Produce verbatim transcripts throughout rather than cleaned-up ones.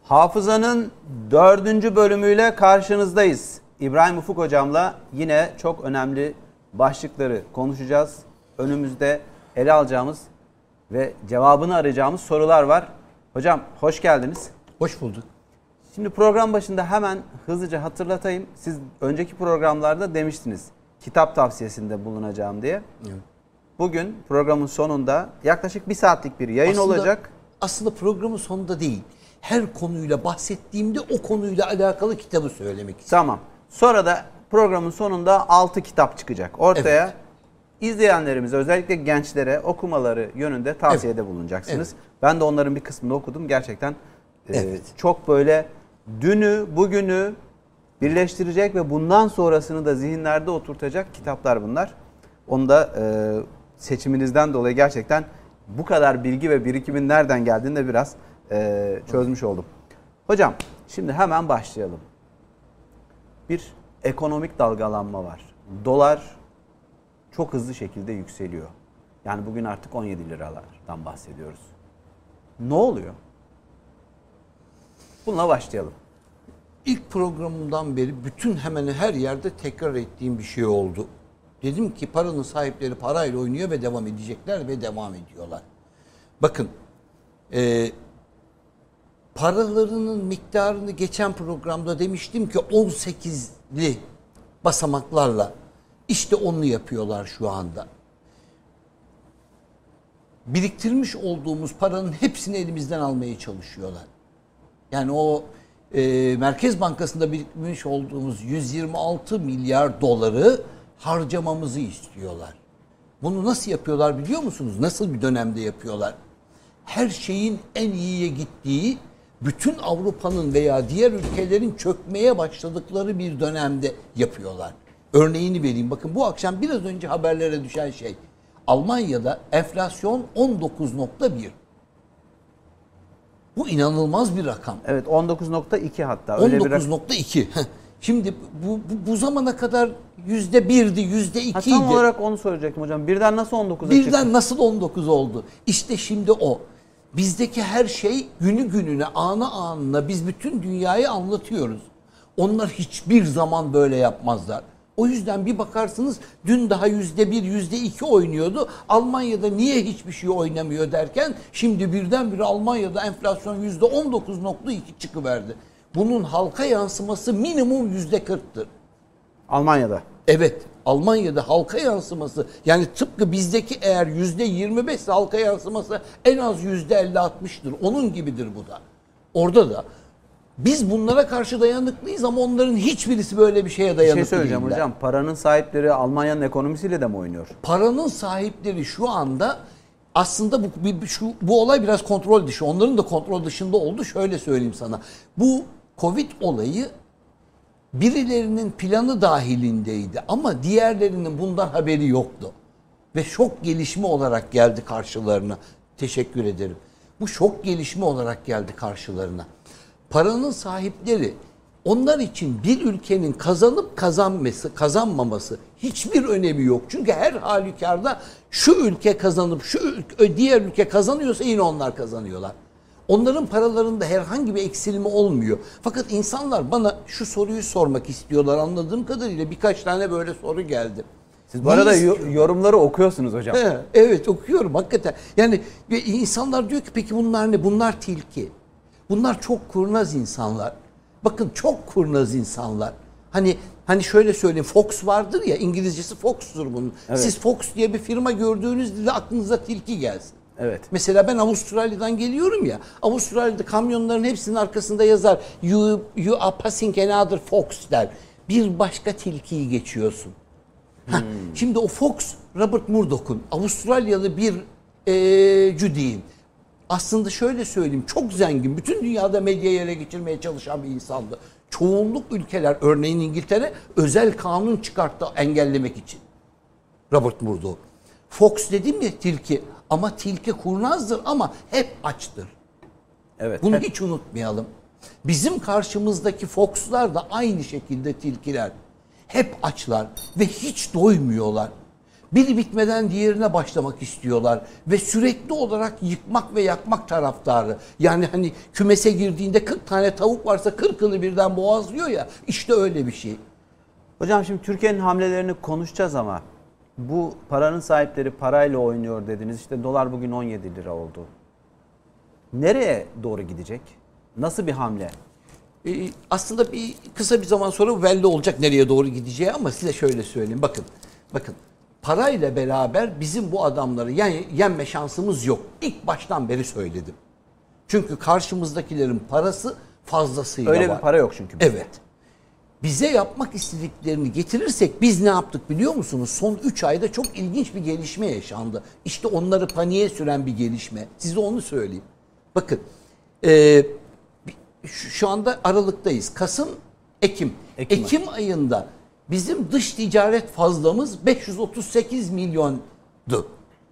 Hafızanın dördüncü bölümüyle karşınızdayız. İbrahim Ufuk hocamla yine çok önemli başlıkları konuşacağız. Önümüzde ele alacağımız ve cevabını arayacağımız sorular var. Hocam hoş geldiniz. Hoş bulduk. Şimdi program başında hemen hızlıca hatırlatayım. Siz önceki programlarda demiştiniz kitap tavsiyesinde bulunacağım diye. Evet. Bugün programın sonunda yaklaşık bir saatlik bir yayın aslında, olacak. Aslında programın sonunda değil. Her konuyla bahsettiğimde o konuyla alakalı kitabı söylemek istiyorum. Tamam. Sonra da programın sonunda altı kitap çıkacak ortaya. Evet. İzleyenlerimize, özellikle gençlere okumaları yönünde tavsiyede evet. bulunacaksınız. Evet. Ben de onların bir kısmını okudum. Gerçekten evet. e, çok böyle dünü, bugünü birleştirecek ve bundan sonrasını da zihinlerde oturtacak kitaplar bunlar. Onu da e, seçiminizden dolayı gerçekten bu kadar bilgi ve birikimin nereden geldiğini de biraz e, çözmüş oldum. Hocam şimdi hemen başlayalım. Bir ekonomik dalgalanma var. Dolar çok hızlı şekilde yükseliyor. Yani bugün artık on yedi liralardan bahsediyoruz. Ne oluyor? Bununla başlayalım. İlk programımdan beri bütün hemen her yerde tekrar ettiğim bir şey oldu. Dedim ki paranın sahipleri parayla oynuyor ve devam edecekler ve devam ediyorlar. Bakın e, paralarının miktarını geçen programda demiştim ki on sekizli basamaklarla işte onu yapıyorlar şu anda. Biriktirmiş olduğumuz paranın hepsini elimizden almaya çalışıyorlar. Yani o e, Merkez Bankası'nda biriktirmiş olduğumuz yüz yirmi altı milyar doları harcamamızı istiyorlar. Bunu nasıl yapıyorlar biliyor musunuz? Nasıl bir dönemde yapıyorlar? Her şeyin en iyiye gittiği, bütün Avrupa'nın veya diğer ülkelerin çökmeye başladıkları bir dönemde yapıyorlar. Örneğini vereyim. Bakın bu akşam biraz önce haberlere düşen şey. Almanya'da enflasyon on dokuz nokta bir. Bu inanılmaz bir rakam. Evet, on dokuz nokta iki hatta. on dokuz nokta iki. Şimdi bu, bu, bu zamana kadar yüzde birdi, yüzde ikiydi. Tam olarak onu soracaktım hocam. Birden nasıl on dokuza çıktı? Birden nasıl on dokuz oldu? İşte şimdi o. Bizdeki her şey günü gününe, ana anına biz bütün dünyayı anlatıyoruz. Onlar hiçbir zaman böyle yapmazlar. O yüzden bir bakarsınız dün daha yüzde bir, yüzde iki oynuyordu. Almanya'da niye hiçbir şey oynamıyor derken şimdi birdenbire Almanya'da enflasyon yüzde on dokuz nokta iki çıkıverdi. Bunun halka yansıması minimum yüzde kırktır. Almanya'da. Evet, Almanya'da halka yansıması, yani tıpkı bizdeki eğer yüzde yirmi beş halka yansıması en az yüzde elli altmıştır. Onun gibidir bu da. Orada da biz bunlara karşı dayanıklıyız ama onların hiçbirisi böyle bir şeye dayanıklı değiller. Bir şey söyleyeceğim değiller. Hocam, paranın sahipleri Almanya'nın ekonomisiyle de mi oynuyor? Paranın sahipleri şu anda aslında bu, şu, bu olay biraz kontrol dışı. Onların da kontrol dışında oldu. Şöyle söyleyeyim sana. Bu Covid olayı birilerinin planı dahilindeydi ama diğerlerinin bundan haberi yoktu. Ve şok gelişme olarak geldi karşılarına. Teşekkür ederim. Bu şok gelişme olarak geldi karşılarına. Paranın sahipleri, onlar için bir ülkenin kazanıp kazanması, kazanmaması hiçbir önemi yok. Çünkü her halükarda şu ülke kazanıp şu ülke, diğer ülke kazanıyorsa yine onlar kazanıyorlar. Onların paralarında herhangi bir eksilme olmuyor. Fakat insanlar bana şu soruyu sormak istiyorlar. Anladığım kadarıyla birkaç tane böyle soru geldi. Siz bu arada yorumları okuyorsunuz hocam. He, evet okuyorum hakikaten. Yani insanlar diyor ki peki bunlar ne? Bunlar tilki. Bunlar çok kurnaz insanlar. Bakın çok kurnaz insanlar. Hani hani şöyle söyleyeyim, Fox vardır ya, İngilizcesi Fox'tur bunun. Evet. Siz Fox diye bir firma gördüğünüzde aklınıza tilki gelsin. Evet. Mesela ben Avustralya'dan geliyorum ya. Avustralya'da kamyonların hepsinin arkasında yazar You, you are passing another fox der. Bir başka tilkiyi geçiyorsun. Hmm. Heh, şimdi o Fox, Robert Murdoch'un Avustralyalı bir ee, cüdiğin. Aslında şöyle söyleyeyim, çok zengin, bütün dünyada medyayı ele geçirmeye çalışan bir insandı. Çoğunluk ülkeler, örneğin İngiltere, özel kanun çıkarttı engellemek için. Robert Murdoch. Fox dedim ya tilki, ama tilki kurnazdır ama hep açtır. Evet. Bunu hep. hiç unutmayalım. Bizim karşımızdaki Fox'lar da aynı şekilde tilkiler. Hep açlar ve hiç doymuyorlar. Biri bitmeden diğerine başlamak istiyorlar ve sürekli olarak yıkmak ve yakmak taraftarı. Yani hani kümese girdiğinde kırk tane tavuk varsa kırkını birden boğazlıyor ya, işte öyle bir şey. Hocam şimdi Türkiye'nin hamlelerini konuşacağız ama bu paranın sahipleri parayla oynuyor dediniz. İşte dolar bugün on yedi lira oldu. Nereye doğru gidecek? Nasıl bir hamle? Ee, aslında bir kısa bir zaman sonra belli olacak nereye doğru gideceği, ama size şöyle söyleyeyim. Bakın, bakın parayla beraber bizim bu adamları yen, yenme şansımız yok. İlk baştan beri söyledim. Çünkü karşımızdakilerin parası fazlasıyla Öyle var. bir para yok çünkü bizde. Evet. Bize yapmak istediklerini getirirsek biz ne yaptık biliyor musunuz? Son üç ayda çok ilginç bir gelişme yaşandı. İşte onları paniğe süren bir gelişme. Size onu söyleyeyim. Bakın, e, şu anda Aralık'tayız. Kasım, Ekim. Ekim, Ekim ayında bizim dış ticaret fazlamız beş yüz otuz sekiz milyondu.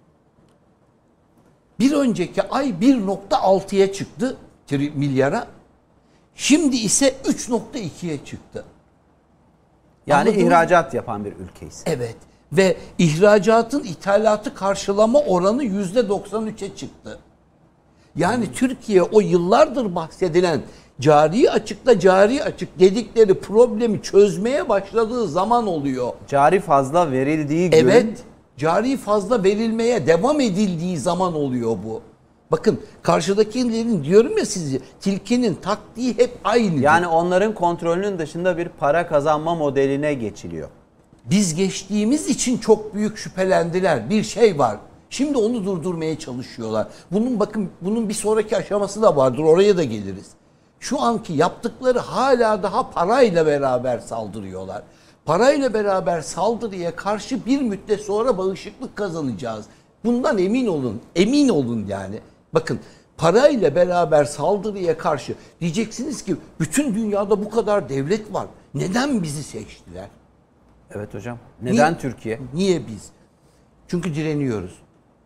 Bir önceki ay bir nokta altıya çıktı milyara. Şimdi ise üç nokta ikiye çıktı. Yani Anladınız ihracat yapan bir ülkeyiz. Evet. Ve ihracatın ithalatı karşılama oranı yüzde doksan üçe çıktı. Yani hmm. Türkiye o yıllardır bahsedilen cari açıkta cari açık dedikleri problemi çözmeye başladığı zaman oluyor. Cari fazla verildiği gün. Evet. Cari fazla verilmeye devam edildiği zaman oluyor bu. Bakın karşıdakilerin, diyorum ya size, tilkinin taktiği hep aynı. Yani onların kontrolünün dışında bir para kazanma modeline geçiliyor. Biz geçtiğimiz için çok büyük şüphelendiler. Bir şey var. Şimdi onu durdurmaya çalışıyorlar. Bunun bakın bunun bir sonraki aşaması da vardır. Oraya da geliriz. Şu anki yaptıkları hala daha parayla beraber saldırıyorlar. Parayla beraber saldırıya karşı bir müddet sonra bağışıklık kazanacağız. Bundan emin olun. Emin olun yani. Bakın parayla beraber saldırıya karşı diyeceksiniz ki bütün dünyada bu kadar devlet var. Neden bizi seçtiler? Evet hocam. Neden Niye, Türkiye? Niye biz? Çünkü direniyoruz.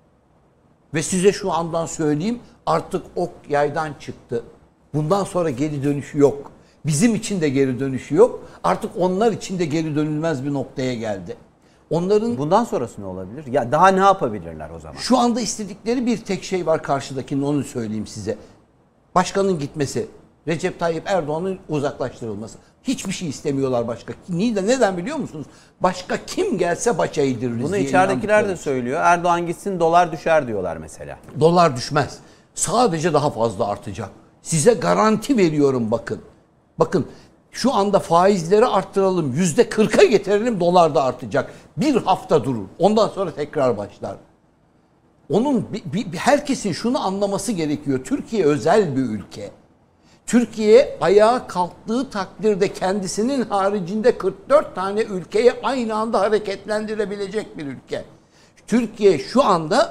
Ve size şu andan söyleyeyim, artık ok yaydan çıktı. Bundan sonra geri dönüşü yok. Bizim için de geri dönüşü yok. Artık onlar için de geri dönülmez bir noktaya geldi. Onların bundan sonrası ne olabilir? Ya daha ne yapabilirler o zaman? Şu anda istedikleri bir tek şey var karşıdakinin, onu söyleyeyim size. Başkanın gitmesi, Recep Tayyip Erdoğan'ın uzaklaştırılması. Hiçbir şey istemiyorlar başka. Neden, neden biliyor musunuz? Başka kim gelse başa eğdiririz. Bunu içeridekiler de söylüyor. Erdoğan gitsin dolar düşer diyorlar mesela. Dolar düşmez. Sadece daha fazla artacak. Size garanti veriyorum bakın. Bakın şu anda faizleri arttıralım, yüzde kırka getirelim, dolar da artacak. Bir hafta durur. Ondan sonra tekrar başlar. Onun bir, bir, herkesin şunu anlaması gerekiyor. Türkiye özel bir ülke. Türkiye ayağa kalktığı takdirde kendisinin haricinde kırk dört tane ülkeye aynı anda hareketlendirebilecek bir ülke. Türkiye şu anda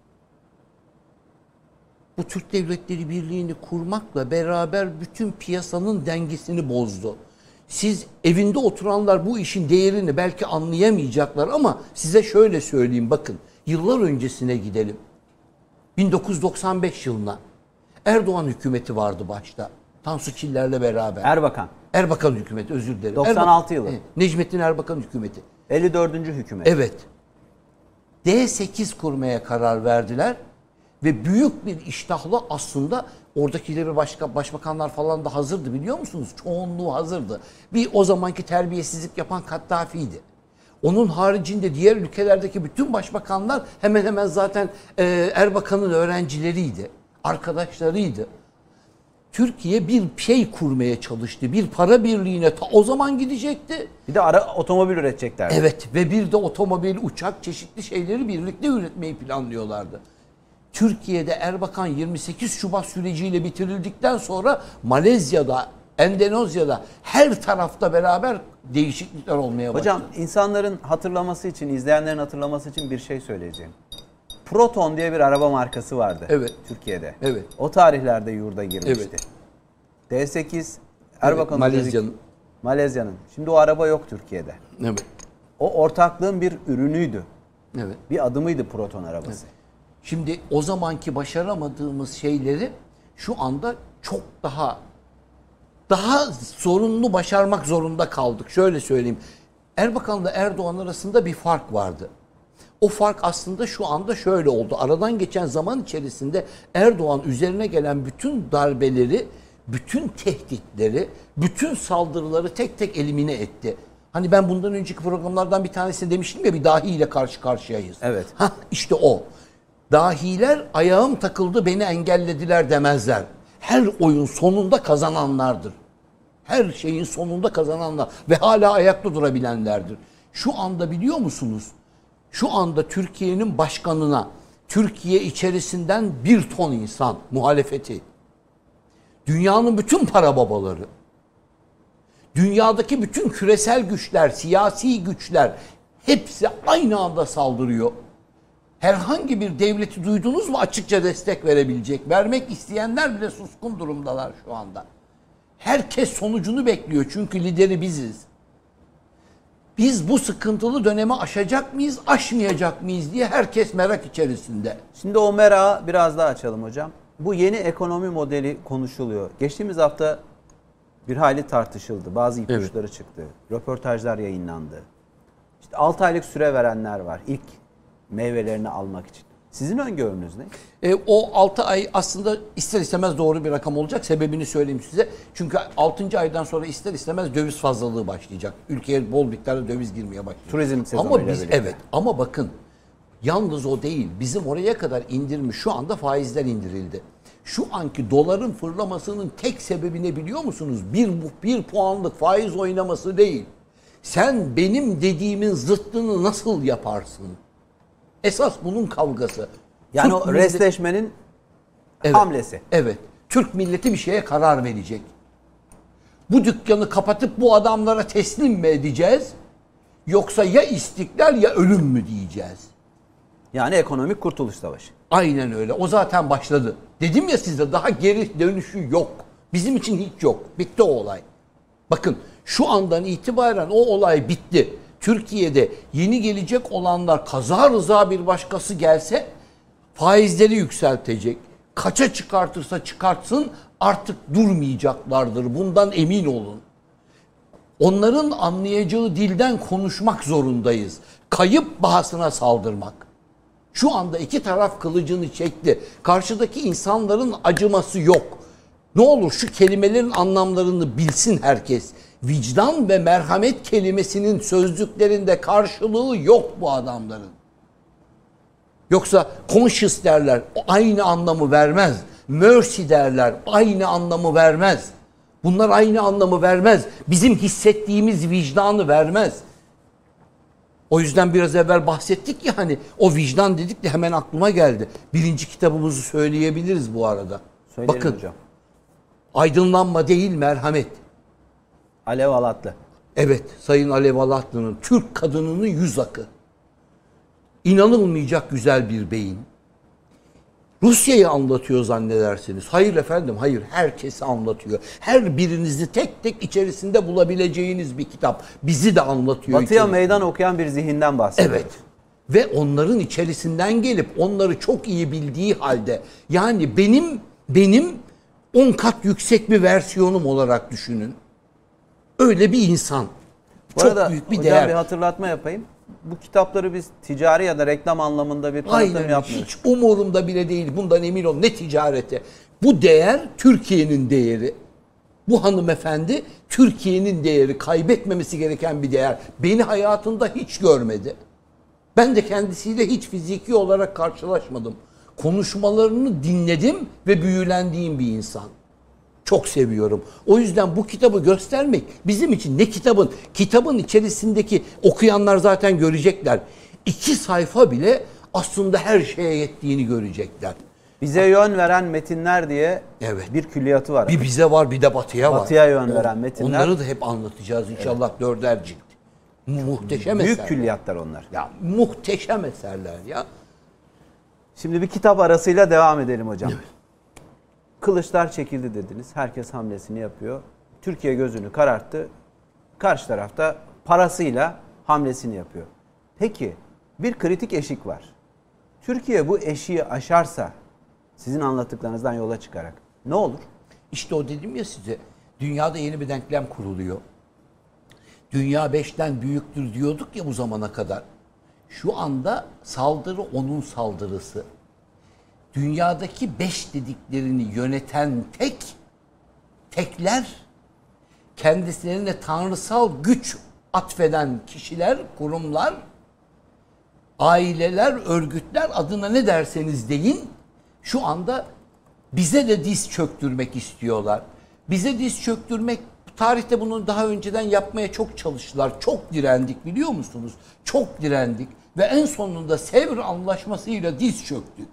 bu Türk Devletleri Birliği'ni kurmakla beraber bütün piyasanın dengesini bozdu. Siz evinde oturanlar bu işin değerini belki anlayamayacaklar ama size şöyle söyleyeyim, bakın yıllar öncesine gidelim. bin dokuz yüz doksan beş yılına Erdoğan hükümeti vardı başta. Tansu Çiller'le beraber. Erbakan. Erbakan hükümeti, özür dilerim. doksan altı Erbakan, yılı. Necmettin Erbakan hükümeti. elli dördüncü hükümet. Evet. D sekiz kurmaya karar verdiler. Ve büyük bir iştahla aslında oradakileri başka başbakanlar falan da hazırdı, biliyor musunuz? Çoğunluğu hazırdı. Bir o zamanki terbiyesizlik yapan Kaddafi'ydi. Onun haricinde diğer ülkelerdeki bütün başbakanlar hemen hemen zaten e, Erbakan'ın öğrencileriydi, arkadaşlarıydı. Türkiye bir şey kurmaya çalıştı. Bir para birliğine ta o zaman gidecekti. Bir de ara otomobil üretecekler. Evet, ve bir de otomobil, uçak, çeşitli şeyleri birlikte üretmeyi planlıyorlardı. Türkiye'de Erbakan yirmi sekiz Şubat süreciyle bitirildikten sonra Malezya'da, Endonezya'da her tarafta beraber değişiklikler olmaya başladı. Hocam insanların hatırlaması için, izleyenlerin hatırlaması için bir şey söyleyeceğim. Proton diye bir araba markası vardı. Evet. Türkiye'de. Evet. O tarihlerde yurda girmişti. Evet. D sekiz Erbakan'ın evet, Malezya'nın. Malezya'nın. Şimdi o araba yok Türkiye'de. Evet. O ortaklığın bir ürünüydü. Evet. Bir adımıydı Proton arabası. Evet. Şimdi o zamanki başaramadığımız şeyleri şu anda çok daha daha sorunlu başarmak zorunda kaldık. Şöyle söyleyeyim. Erbakan'la Erdoğan arasında bir fark vardı. O fark aslında şu anda şöyle oldu. Aradan geçen zaman içerisinde Erdoğan üzerine gelen bütün darbeleri, bütün tehditleri, bütün saldırıları tek tek elimine etti. Hani ben bundan önceki programlardan bir tanesinde demiştim ya, bir dahiyle karşı karşıyayız. Evet. Hah, işte o. Dahiler ayağım takıldı beni engellediler demezler. Her oyun sonunda kazananlardır. Her şeyin sonunda kazananlar ve hala ayakta durabilenlerdir. Şu anda biliyor musunuz? Şu anda Türkiye'nin başkanına, Türkiye içerisinden bir ton insan, muhalefeti, dünyanın bütün para babaları, dünyadaki bütün küresel güçler, siyasi güçler hepsi aynı anda saldırıyor. Herhangi bir devleti duydunuz mu açıkça destek verebilecek? Vermek isteyenler bile suskun durumdalar şu anda. Herkes sonucunu bekliyor çünkü lideri biziz. Biz bu sıkıntılı dönemi aşacak mıyız, aşmayacak mıyız diye herkes merak içerisinde. Şimdi o merakı biraz daha açalım hocam. Bu yeni ekonomi modeli konuşuluyor. Geçtiğimiz hafta bir hayli tartışıldı. Bazı ipuçları evet. çıktı. Röportajlar yayınlandı. İşte altı aylık süre verenler var ilk meyvelerini almak için. Sizin öngörünüz ne? E, o altı ay aslında ister istemez doğru bir rakam olacak. Sebebini söyleyeyim size. Çünkü altıncı aydan sonra ister istemez döviz fazlalığı başlayacak. Ülkeye bol miktarda döviz girmeye başlayacak. Turizm sezonuyla ama biz, birlikte. Evet ama bakın yalnız o değil. Bizim oraya kadar indirmiş, şu anda faizler indirildi. Şu anki doların fırlamasının tek sebebi ne biliyor musunuz? Bir, bir puanlık faiz oynaması değil. Sen benim dediğimin zıttını nasıl yaparsın? Esas bunun kavgası. Yani Türk o milleti, resleşmenin evet, hamlesi. Evet. Türk milleti bir şeye karar verecek. Bu dükkanı kapatıp bu adamlara teslim mi edeceğiz? Yoksa ya istiklal ya ölüm mü diyeceğiz? Yani ekonomik kurtuluş savaşı. Aynen öyle. O zaten başladı. Dedim ya size, daha geri dönüşü yok. Bizim için hiç yok. Bitti o olay. Bakın şu andan itibaren o olay bitti. Türkiye'de yeni gelecek olanlar kaza rıza bir başkası gelse faizleri yükseltecek. Kaça çıkartırsa çıkartsın artık durmayacaklardır. Bundan emin olun. Onların anlayacağı dilden konuşmak zorundayız. Kayıp bahasına saldırmak. Şu anda iki taraf kılıcını çekti. Karşıdaki insanların acıması yok. Ne olur şu kelimelerin anlamlarını bilsin herkes. Vicdan ve merhamet kelimesinin sözlüklerinde karşılığı yok bu adamların. Yoksa conscious derler, aynı anlamı vermez. Mercy derler, aynı anlamı vermez. Bunlar aynı anlamı vermez. Bizim hissettiğimiz vicdanı vermez. O yüzden biraz evvel bahsettik ya, hani o vicdan dedik de hemen aklıma geldi. Birinci kitabımızı söyleyebiliriz bu arada. Söyleyelim bakın hocam. Aydınlanma değil merhamet. Alev Alatlı. Evet, Sayın Alev Alatlı'nın Türk kadınının yüz akı. İnanılmayacak güzel bir beyin. Rusya'yı anlatıyor zannedersiniz. Hayır efendim, hayır. Herkesi anlatıyor. Her birinizi tek tek içerisinde bulabileceğiniz bir kitap. Bizi de anlatıyor. Batı'ya meydan okuyan bir zihinden bahsediyor. Evet. Ve onların içerisinden gelip onları çok iyi bildiği halde, yani benim benim on kat yüksek bir versiyonum olarak düşünün. Öyle bir insan. Bu çok arada büyük bir hocam değer. bir hatırlatma yapayım. Bu kitapları biz ticari ya da reklam anlamında bir tanıtım Aynen, yapmıyoruz. hiç umurumda bile değil. Bundan emin ol. Ne ticareti. Bu değer Türkiye'nin değeri. Bu hanımefendi Türkiye'nin değeri. Kaybetmemesi gereken bir değer. Beni hayatında hiç görmedi. Ben de kendisiyle hiç fiziki olarak karşılaşmadım. Konuşmalarını dinledim ve büyülendiğim bir insan. Çok seviyorum. O yüzden bu kitabı göstermek bizim için ne kitabın, kitabın içerisindeki okuyanlar zaten görecekler. İki sayfa bile aslında her şeye yettiğini görecekler. Bize yön veren metinler diye Evet. bir külliyatı var. Bir bize var, bir de batıya var. Batıya yön veren metinler. Onları da hep anlatacağız inşallah, evet. Dörder cilt. Muhteşem Büyük eserler. külliyatlar onlar. Ya muhteşem eserler ya. Şimdi bir kitap arasıyla devam edelim hocam. Evet. Kılıçlar çekildi dediniz. Herkes hamlesini yapıyor. Türkiye gözünü kararttı. Karşı tarafta parasıyla hamlesini yapıyor. Peki bir kritik eşik var. Türkiye bu eşiği aşarsa, sizin anlattıklarınızdan yola çıkarak ne olur? İşte o dedim ya size. Dünyada yeni bir denklem kuruluyor. Dünya beşten büyüktür diyorduk ya bu zamana kadar. Şu anda saldırı onun saldırısı. Dünyadaki beş dediklerini yöneten tek, tekler, kendilerine tanrısal güç atfeden kişiler, kurumlar, aileler, örgütler, adına ne derseniz deyin, şu anda bize de diz çöktürmek istiyorlar. Bize diz çöktürmek, tarihte bunu daha önceden yapmaya çok çalıştılar. Çok direndik, biliyor musunuz? Çok direndik ve en sonunda Sevr Anlaşması'yla diz çöktük.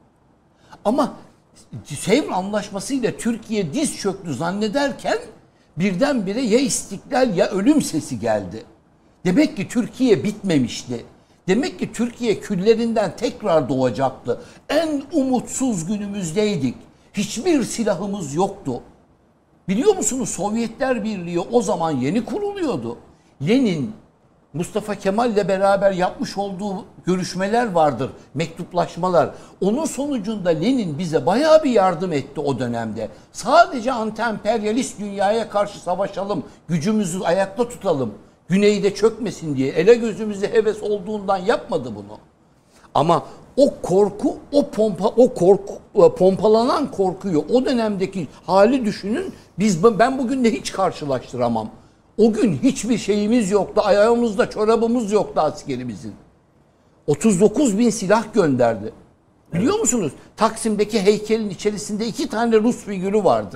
Ama Sevr Anlaşması'yla Türkiye diz çöktü zannederken birdenbire ya istiklal ya ölüm sesi geldi. Demek ki Türkiye bitmemişti. Demek ki Türkiye küllerinden tekrar doğacaktı. En umutsuz günümüzdeydik. Hiçbir silahımız yoktu. Biliyor musunuz, Sovyetler Birliği o zaman yeni kuruluyordu. Lenin, Mustafa Kemal'le beraber yapmış olduğu görüşmeler vardır, mektuplaşmalar. Onun sonucunda Lenin bize bayağı bir yardım etti o dönemde. Sadece anti-emperyalist dünyaya karşı savaşalım, gücümüzü ayakta tutalım, güneyde çökmesin diye, ele gözümüze heves olduğundan yapmadı bunu. Ama o korku, o pompa, o korku, pompalanan korkuyu, o dönemdeki hali düşünün. Biz, ben bugün de hiç karşılaştıramam. O gün hiçbir şeyimiz yoktu, ayağımızda çorabımız yoktu askerimizin. otuz dokuz bin silah gönderdi. Biliyor evet. musunuz? Taksim'deki heykelin içerisinde iki tane Rus figürü vardır.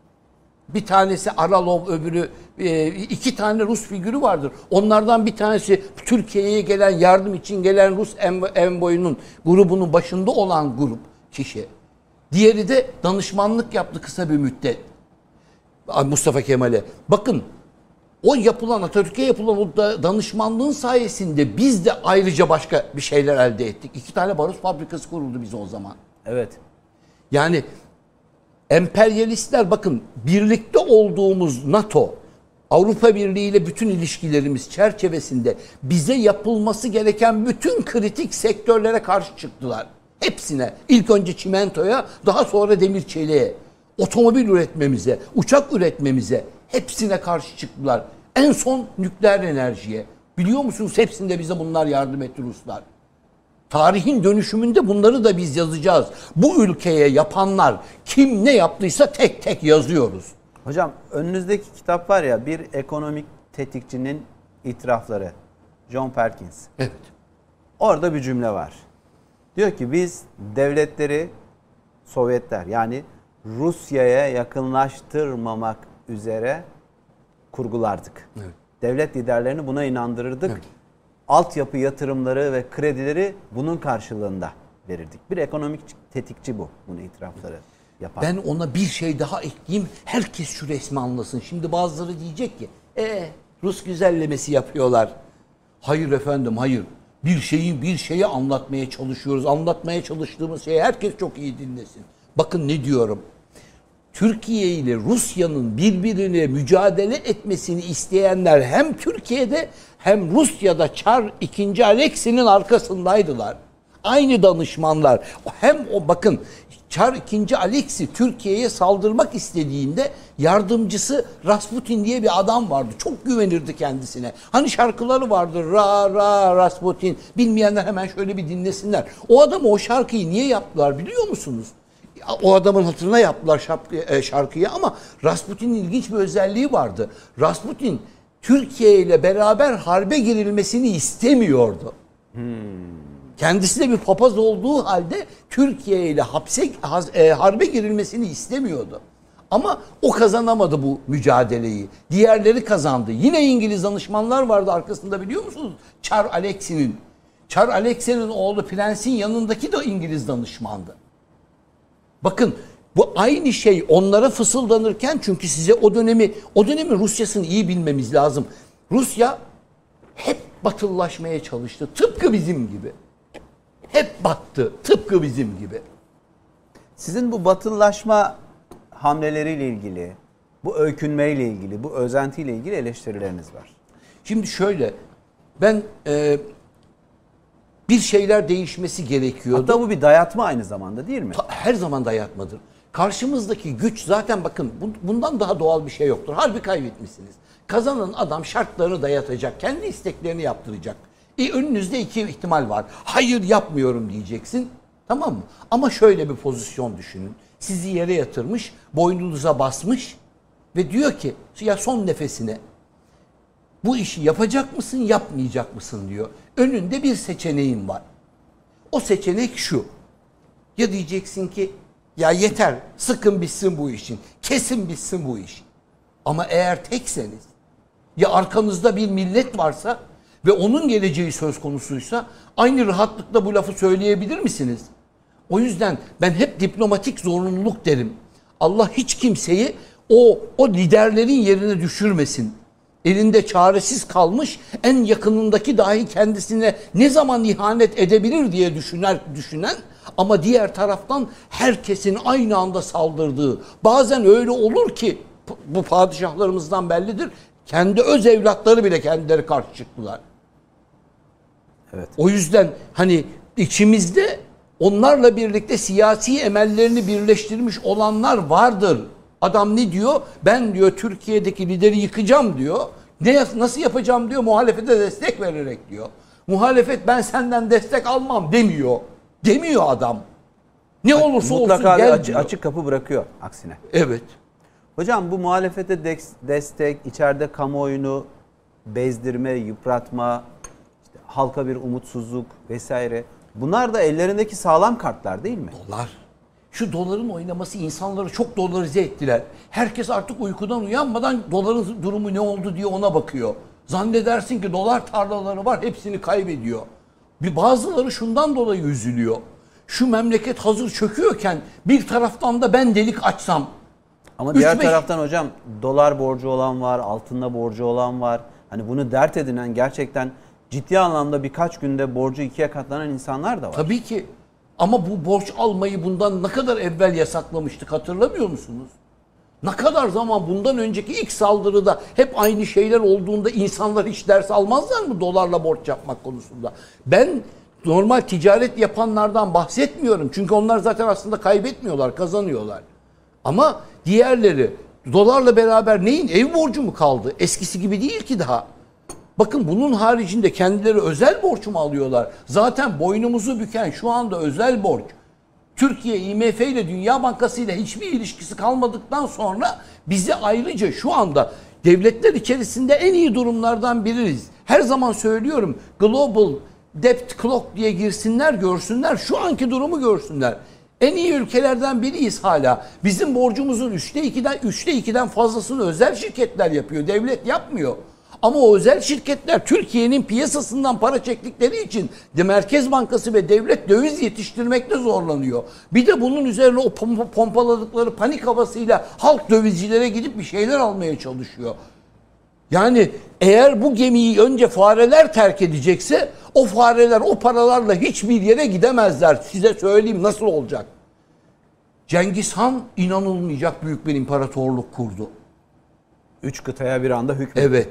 Bir tanesi Aralov, öbürü iki tane Rus figürü vardır. Onlardan bir tanesi Türkiye'ye gelen, yardım için gelen Rus envoyunun grubunun başında olan grup kişi. Diğeri de danışmanlık yaptı kısa bir müddet Mustafa Kemal'e. Bakın, o yapılan, Atatürk'e yapılan o danışmanlığın sayesinde biz de ayrıca başka bir şeyler elde ettik. İki tane barut fabrikası kuruldu bize o zaman. Evet. Yani emperyalistler, bakın, birlikte olduğumuz NATO, Avrupa Birliği ile bütün ilişkilerimiz çerçevesinde bize yapılması gereken bütün kritik sektörlere karşı çıktılar. Hepsine. İlk önce çimentoya, daha sonra demir çeliğe, otomobil üretmemize, uçak üretmemize, hepsine karşı çıktılar. En son nükleer enerjiye. Biliyor musunuz, hepsinde bize bunlar yardım etti Ruslar. Tarihin dönüşümünde bunları da biz yazacağız. Bu ülkeye yapanlar kim ne yaptıysa tek tek yazıyoruz. Hocam, önünüzdeki kitap var ya, bir ekonomik tetikçinin itirafları. John Perkins. Evet. Orada bir cümle var. Diyor ki biz devletleri, Sovyetler yani Rusya'ya yakınlaştırmamak üzere kurgulardık. Evet. Devlet liderlerini buna inandırırdık. Evet. Altyapı yatırımları ve kredileri bunun karşılığında verirdik. Bir ekonomik tetikçi bu, bunu itirafları yapan. Ben ona bir şey daha ekleyeyim. Herkes şu resmi anlasın. Şimdi bazıları diyecek ki, e Rus güzellemesi yapıyorlar. Hayır efendim, hayır. Bir şeyi bir şeyi anlatmaya çalışıyoruz. Anlatmaya çalıştığımız şeyi herkes çok iyi dinlesin. Bakın ne diyorum. Türkiye ile Rusya'nın birbirine mücadele etmesini isteyenler hem Türkiye'de hem Rusya'da Çar ikinci. Aleksi'nin arkasındaydılar. Aynı danışmanlar. Hem o, bakın, Çar ikinci. Aleksi Türkiye'ye saldırmak istediğinde yardımcısı Rasputin diye bir adam vardı. Çok güvenirdi kendisine. Hani şarkıları vardı. Ra ra Rasputin. Bilmeyenler hemen şöyle bir dinlesinler. O adamı, o şarkıyı niye yaptılar biliyor musunuz? O adamın hatırına yaptılar şarkıyı ama Rasputin'in ilginç bir özelliği vardı. Rasputin Türkiye ile beraber harbe girilmesini istemiyordu. Hmm. Kendisi de bir papaz olduğu halde Türkiye ile hapse e, harbe girilmesini istemiyordu. Ama o kazanamadı bu mücadeleyi. Diğerleri kazandı. Yine İngiliz danışmanlar vardı arkasında, biliyor musunuz? Çar Aleksi'nin. Çar Aleksi'nin oğlu Prens'in yanındaki de İngiliz danışmandı. Bakın, bu aynı şey onlara fısıldanırken, çünkü size o dönemi, o dönemin Rusya'sını iyi bilmemiz lazım. Rusya hep batılılaşmaya çalıştı. Tıpkı bizim gibi. Hep battı. Tıpkı bizim gibi. Sizin bu batılılaşma hamleleriyle ilgili, bu öykünmeyle ilgili, bu özentiyle ilgili eleştirileriniz var. Şimdi şöyle, ben e, bir şeyler değişmesi gerekiyordu. Hatta bu bir dayatma aynı zamanda, değil mi? Her zaman dayatmadır. Karşımızdaki güç zaten, bakın, bundan daha doğal bir şey yoktur. Harbi kaybetmişsiniz. Kazanan adam şartlarını dayatacak, kendi isteklerini yaptıracak. E, önünüzde iki ihtimal var. Hayır yapmıyorum diyeceksin. Tamam mı? Ama şöyle bir pozisyon düşünün. Sizi yere yatırmış, boynunuza basmış ve diyor ki ya son nefesine bu işi yapacak mısın, yapmayacak mısın diyor. Önünde bir seçeneğin var. O seçenek şu. Ya diyeceksin ki ya yeter, sıkın bitsin bu işin. Kesin bitsin bu iş. Ama eğer tekseniz, ya arkanızda bir millet varsa ve onun geleceği söz konusuysa aynı rahatlıkla bu lafı söyleyebilir misiniz? O yüzden ben hep diplomatik zorunluluk derim. Allah hiç kimseyi o o liderlerin yerine düşürmesin. Elinde çaresiz kalmış, en yakınındaki dahi kendisine ne zaman ihanet edebilir diye düşüner, düşünen ama diğer taraftan herkesin aynı anda saldırdığı, bazen öyle olur ki bu padişahlarımızdan bellidir, kendi öz evlatları bile kendileri karşı çıktılar. Evet. O yüzden hani içimizde onlarla birlikte siyasi emellerini birleştirmiş olanlar vardır. Adam ne diyor? Ben diyor Türkiye'deki lideri yıkacağım diyor. Ne nasıl yapacağım diyor? Muhalefete destek vererek diyor. Muhalefet ben senden destek almam demiyor. Demiyor adam. Ne olursa Mutlaka olsun gel açık, diyor. açık kapı bırakıyor aksine. Evet. Hocam bu muhalefete destek, içeride kamuoyunu bezdirme, yıpratma, işte halka bir umutsuzluk vesaire. Bunlar da ellerindeki sağlam kartlar değil mi? Dolar. Şu doların oynaması insanları çok dolarize ettiler. Herkes artık uykudan uyanmadan doların durumu ne oldu diye ona bakıyor. Zannedersin ki dolar tarlaları var, hepsini kaybediyor. Bir bazıları şundan dolayı üzülüyor. Şu memleket hazır çöküyorken bir taraftan da ben delik açsam. Ama diğer üç beş taraftan hocam dolar borcu olan var, altında borcu olan var. Hani bunu dert edinen gerçekten ciddi anlamda birkaç günde borcu ikiye katlanan insanlar da var. Tabii ki. Ama bu borç almayı bundan ne kadar evvel yasaklamıştık hatırlamıyor musunuz? Ne kadar zaman bundan önceki ilk saldırıda hep aynı şeyler olduğunda insanlar hiç ders almazlar mı dolarla borç yapmak konusunda? Ben normal ticaret yapanlardan bahsetmiyorum. Çünkü onlar zaten aslında kaybetmiyorlar, kazanıyorlar. Ama diğerleri dolarla beraber neyin? Ev borcu mu kaldı? Eskisi gibi değil ki daha. Bakın bunun haricinde kendileri özel borç mu alıyorlar? Zaten boynumuzu büken şu anda özel borç. Türkiye I M F ile Dünya Bankası ile hiçbir ilişkisi kalmadıktan sonra bizi ayrıca şu anda devletler içerisinde en iyi durumlardan biriyiz. Her zaman söylüyorum Global Debt Clock diye girsinler görsünler şu anki durumu görsünler. En iyi ülkelerden biriyiz hala. Bizim borcumuzun üçte ikiden, üçte ikiden fazlasını özel şirketler yapıyor. Devlet yapmıyor. Ama o özel şirketler Türkiye'nin piyasasından para çektikleri için de Merkez Bankası ve devlet döviz yetiştirmekte zorlanıyor. Bir de bunun üzerine o pompaladıkları panik havasıyla halk dövizcilere gidip bir şeyler almaya çalışıyor. Yani eğer bu gemiyi önce fareler terk edecekse o fareler o paralarla hiçbir yere gidemezler. Size söyleyeyim nasıl olacak. Cengiz Han inanılmayacak büyük bir imparatorluk kurdu. Üç kıtaya bir anda hükmetti. Evet.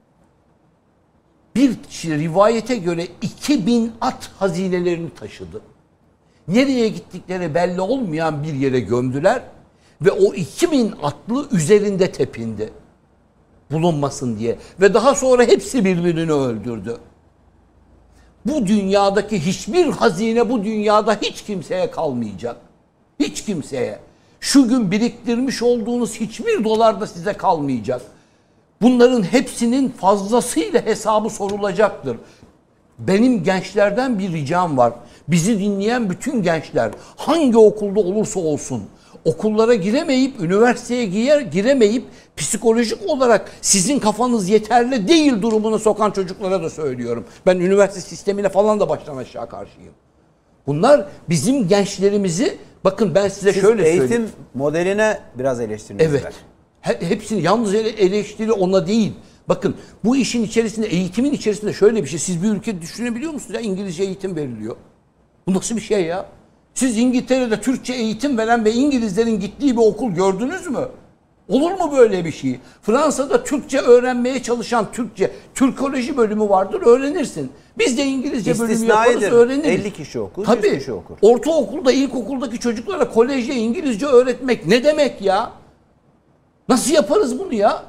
Bir rivayete göre iki bin at hazinelerini taşıdı. Nereye gittikleri belli olmayan bir yere gömdüler ve o iki bin atlı üzerinde tepindi. Bulunmasın diye. Ve daha sonra hepsi birbirini öldürdü. Bu dünyadaki hiçbir hazine bu dünyada hiç kimseye kalmayacak. Hiç kimseye. Şu gün biriktirmiş olduğunuz hiçbir dolar da size kalmayacak. Bunların hepsinin fazlasıyla hesabı sorulacaktır. Benim gençlerden bir ricam var. Bizi dinleyen bütün gençler hangi okulda olursa olsun okullara giremeyip, üniversiteye giremeyip psikolojik olarak sizin kafanız yeterli değil durumuna sokan çocuklara da söylüyorum. Ben üniversite sistemine falan da baştan aşağı karşıyım. Bunlar bizim gençlerimizi, bakın ben size Siz şöyle eğitim söyleyeyim. modeline biraz eleştiriniz Evet. var. Hepsini yalnız eleştiri ona değil. Bakın bu işin içerisinde, eğitimin içerisinde şöyle bir şey. Siz bir ülke düşünebiliyor musunuz? Ya İngilizce eğitim veriliyor. Bu nasıl bir şey ya? Siz İngiltere'de Türkçe eğitim veren ve İngilizlerin gittiği bir okul gördünüz mü? Olur mu böyle bir şey? Fransa'da Türkçe öğrenmeye çalışan Türkçe, Türkoloji bölümü vardır, öğrenirsin. Biz de İngilizce bölümü yaparız, öğreniriz. elli kişi okur, Tabii, yüz kişi okur. Ortaokulda, ilkokuldaki çocuklara kolejde İngilizce öğretmek ne demek ya? Nasıl yaparız bunu ya?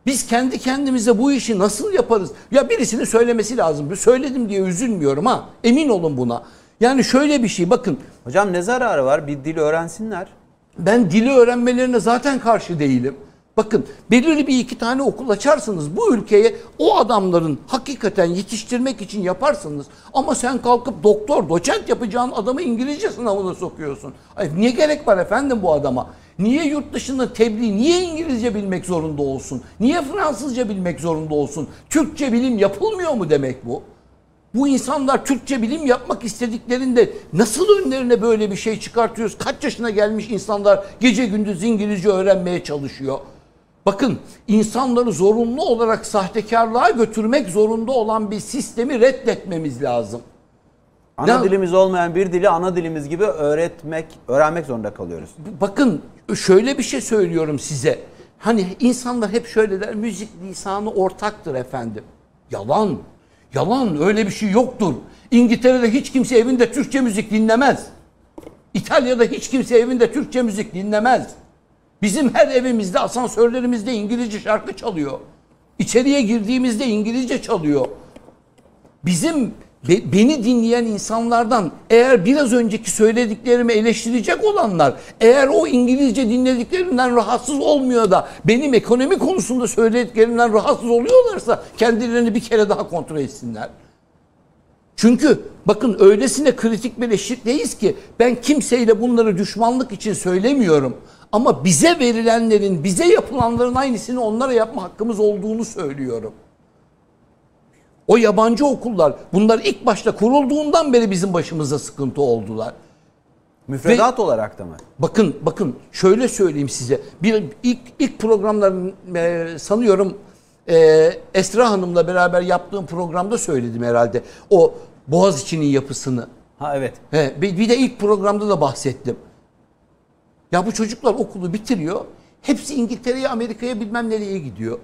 Biz kendi kendimize bu işi nasıl yaparız? Ya birisinin söylemesi lazım. Söyledim diye üzülmüyorum ha. Emin olun buna. Yani şöyle bir şey bakın. Hocam ne zararı var? Bir dil öğrensinler. Ben dili öğrenmelerine zaten karşı değilim. Bakın belirli bir iki tane okul açarsınız. Bu ülkeye o adamların hakikaten yetiştirmek için yaparsınız. Ama sen kalkıp doktor, doçent yapacağın adamı İngilizce sınavına sokuyorsun. Ay, niye gerek var efendim bu adama? Niye yurt dışında tebliğ, niye İngilizce bilmek zorunda olsun? Niye Fransızca bilmek zorunda olsun? Türkçe bilim yapılmıyor mu demek bu? Bu insanlar Türkçe bilim yapmak istediklerinde nasıl önlerine böyle bir şey çıkartıyoruz? Kaç yaşına gelmiş insanlar gece gündüz İngilizce öğrenmeye çalışıyor. Bakın insanları zorunlu olarak sahtekarlığa götürmek zorunda olan bir sistemi reddetmemiz lazım. Ana Ne? dilimiz olmayan bir dili ana dilimiz gibi öğretmek, öğrenmek zorunda kalıyoruz. Bakın şöyle bir şey söylüyorum size. Hani insanlar hep şöyle der, müzik lisanı ortaktır efendim. Yalan. Yalan, öyle bir şey yoktur. İngiltere'de hiç kimse evinde Türkçe müzik dinlemez. İtalya'da hiç kimse evinde Türkçe müzik dinlemez. Bizim her evimizde, asansörlerimizde İngilizce şarkı çalıyor. İçeriye girdiğimizde İngilizce çalıyor. Bizim be, beni dinleyen insanlardan eğer biraz önceki söylediklerimi eleştirecek olanlar, eğer o İngilizce dinlediklerinden rahatsız olmuyor da benim ekonomi konusunda söylediklerimden rahatsız oluyorlarsa kendilerini bir kere daha kontrol etsinler. Çünkü bakın öylesine kritik bir eşitteyiz ki ben kimseyle bunları düşmanlık için söylemiyorum. Ama bize verilenlerin, bize yapılanların aynısını onlara yapma hakkımız olduğunu söylüyorum. O yabancı okullar, bunlar ilk başta kurulduğundan beri bizim başımıza sıkıntı oldular. Müfredat Ve, olarak da mı? Bakın, bakın şöyle söyleyeyim size. Bir ilk ilk programların e, sanıyorum e, Esra Hanım'la beraber yaptığım programda söyledim herhalde. O Boğaziçi'nin yapısını. Ha evet. He, bir, bir de ilk programda da bahsettim. Ya bu çocuklar okulu bitiriyor. Hepsi İngiltere'ye, Amerika'ya bilmem nereye gidiyor.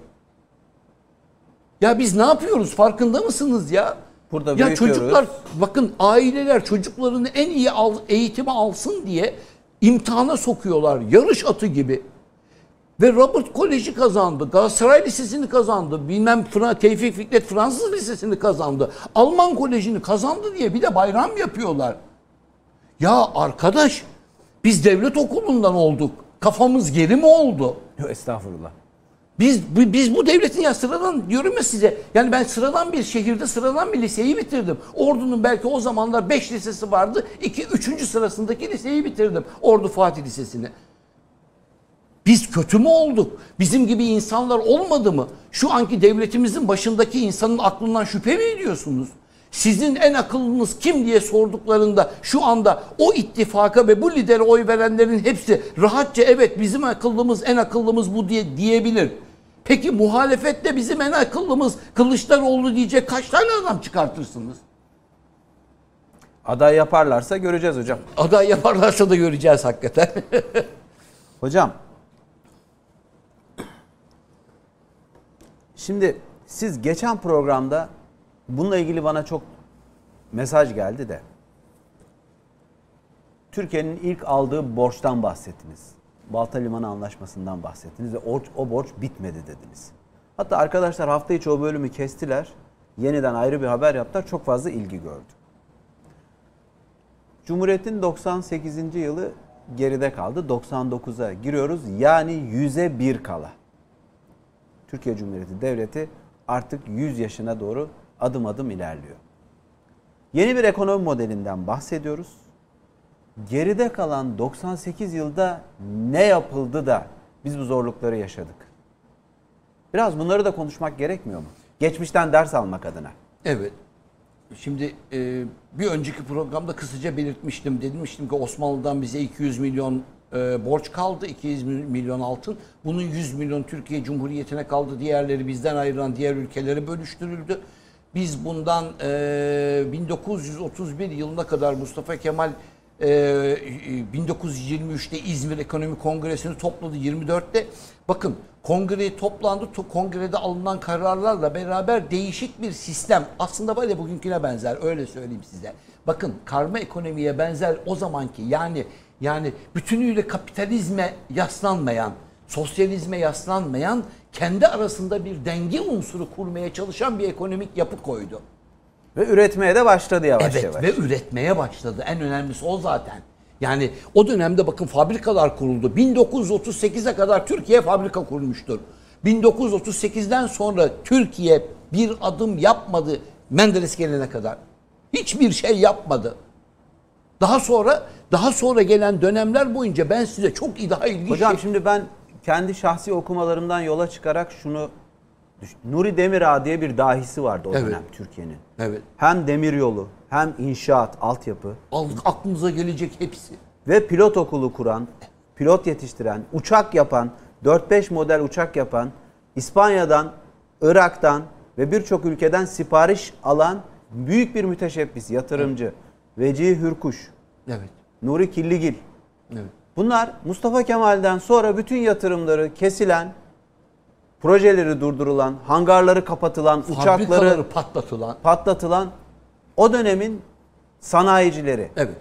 Ya biz ne yapıyoruz? Farkında mısınız ya? Burada ya çocuklar bakın aileler çocuklarını en iyi al, eğitimi alsın diye imtihana sokuyorlar. Yarış atı gibi. Ve Robert Koleji kazandı. Galatasaray Lisesi'ni kazandı. Bilmem Tevfik Fikret Fransız Lisesi'ni kazandı. Alman Koleji'ni kazandı diye bir de bayram yapıyorlar. Ya arkadaş biz devlet okulundan olduk. Kafamız geri mi oldu? Yok estağfurullah. Biz biz bu devletin ya sıradan diyorum ya size. Yani ben sıradan bir şehirde sıradan bir liseyi bitirdim. Ordu'nun belki o zamanlar beş lisesi vardı. iki üçüncü sırasındaki liseyi bitirdim. Ordu Fatih Lisesi'ni. Biz kötü mü olduk? Bizim gibi insanlar olmadı mı? Şu anki devletimizin başındaki insanın aklından şüphe mi ediyorsunuz? Sizin en akıllınız kim diye sorduklarında şu anda o ittifaka ve bu lidere oy verenlerin hepsi rahatça evet bizim akıllımız en akıllımız bu diye diyebilir. Peki muhalefette bizim en akıllımız Kılıçdaroğlu diyecek kaç tane adam çıkartırsınız? Aday yaparlarsa göreceğiz hocam. Aday yaparlarsa da göreceğiz hakikaten. Hocam. Şimdi siz geçen programda bununla ilgili bana çok mesaj geldi de. Türkiye'nin ilk aldığı borçtan bahsettiniz. Balta Limanı Anlaşması'ndan bahsettiniz ve o, o borç bitmedi dediniz. Hatta arkadaşlar hafta içi o bölümü kestiler. Yeniden ayrı bir haber yaptılar. Çok fazla ilgi gördü. Cumhuriyet'in doksan sekizinci yılı geride kaldı. doksan dokuza giriyoruz. Yani yüze bir kala. Türkiye Cumhuriyeti Devleti artık yüz yaşına doğru adım adım ilerliyor. Yeni bir ekonomi modelinden bahsediyoruz. Geride kalan doksan sekiz yılda ne yapıldı da biz bu zorlukları yaşadık? Biraz bunları da konuşmak gerekmiyor mu? Geçmişten ders almak adına. Evet. Şimdi e, bir önceki programda kısaca belirtmiştim. Demiştim ki Osmanlı'dan bize iki yüz milyon e, borç kaldı. iki yüz milyon altın. Bunun yüz milyon Türkiye Cumhuriyeti'ne kaldı. Diğerleri bizden ayrılan diğer ülkelere bölüştürüldü. Biz bundan e, bin dokuz yüz otuz bir yılına kadar Mustafa Kemal e, bin dokuz yüz yirmi üçte İzmir Ekonomi Kongresi'ni topladı yirmi dörtte. Bakın kongre toplandı. Kongrede alınan kararlarla beraber değişik bir sistem. Aslında böyle bugünküne benzer. Öyle söyleyeyim size. Bakın karma ekonomiye benzer o zamanki yani yani bütünüyle kapitalizme yaslanmayan sosyalizme yaslanmayan, kendi arasında bir denge unsuru kurmaya çalışan bir ekonomik yapı koydu. Ve üretmeye de başladı yavaş evet, yavaş. ve üretmeye başladı. En önemlisi o zaten. Yani o dönemde bakın fabrikalar kuruldu. bin dokuz yüz otuz sekize kadar Türkiye fabrika kurmuştur. bin dokuz yüz otuz sekizden sonra Türkiye bir adım yapmadı Menderes gelene kadar. Hiçbir şey yapmadı. Daha sonra daha sonra gelen dönemler boyunca ben size çok daha ilginç... Hocam şey... şimdi ben kendi şahsi okumalarımdan yola çıkarak şunu düşün. Nuri Demirağ diye bir dahisi vardı o Evet. dönem Türkiye'nin. Evet. Hem demiryolu hem inşaat, altyapı Aklınıza gelecek hepsi. ve pilot okulu kuran, pilot yetiştiren, uçak yapan, dört beş model uçak yapan, İspanya'dan, Irak'tan ve birçok ülkeden sipariş alan büyük bir müteşebbis, yatırımcı. Evet. Vecihi Hürkuş, Evet. Nuri Killigil. Evet. Bunlar Mustafa Kemal'den sonra bütün yatırımları kesilen, projeleri durdurulan, hangarları kapatılan, Fabrikaları uçakları patlatılan. patlatılan o dönemin sanayicileri. Evet.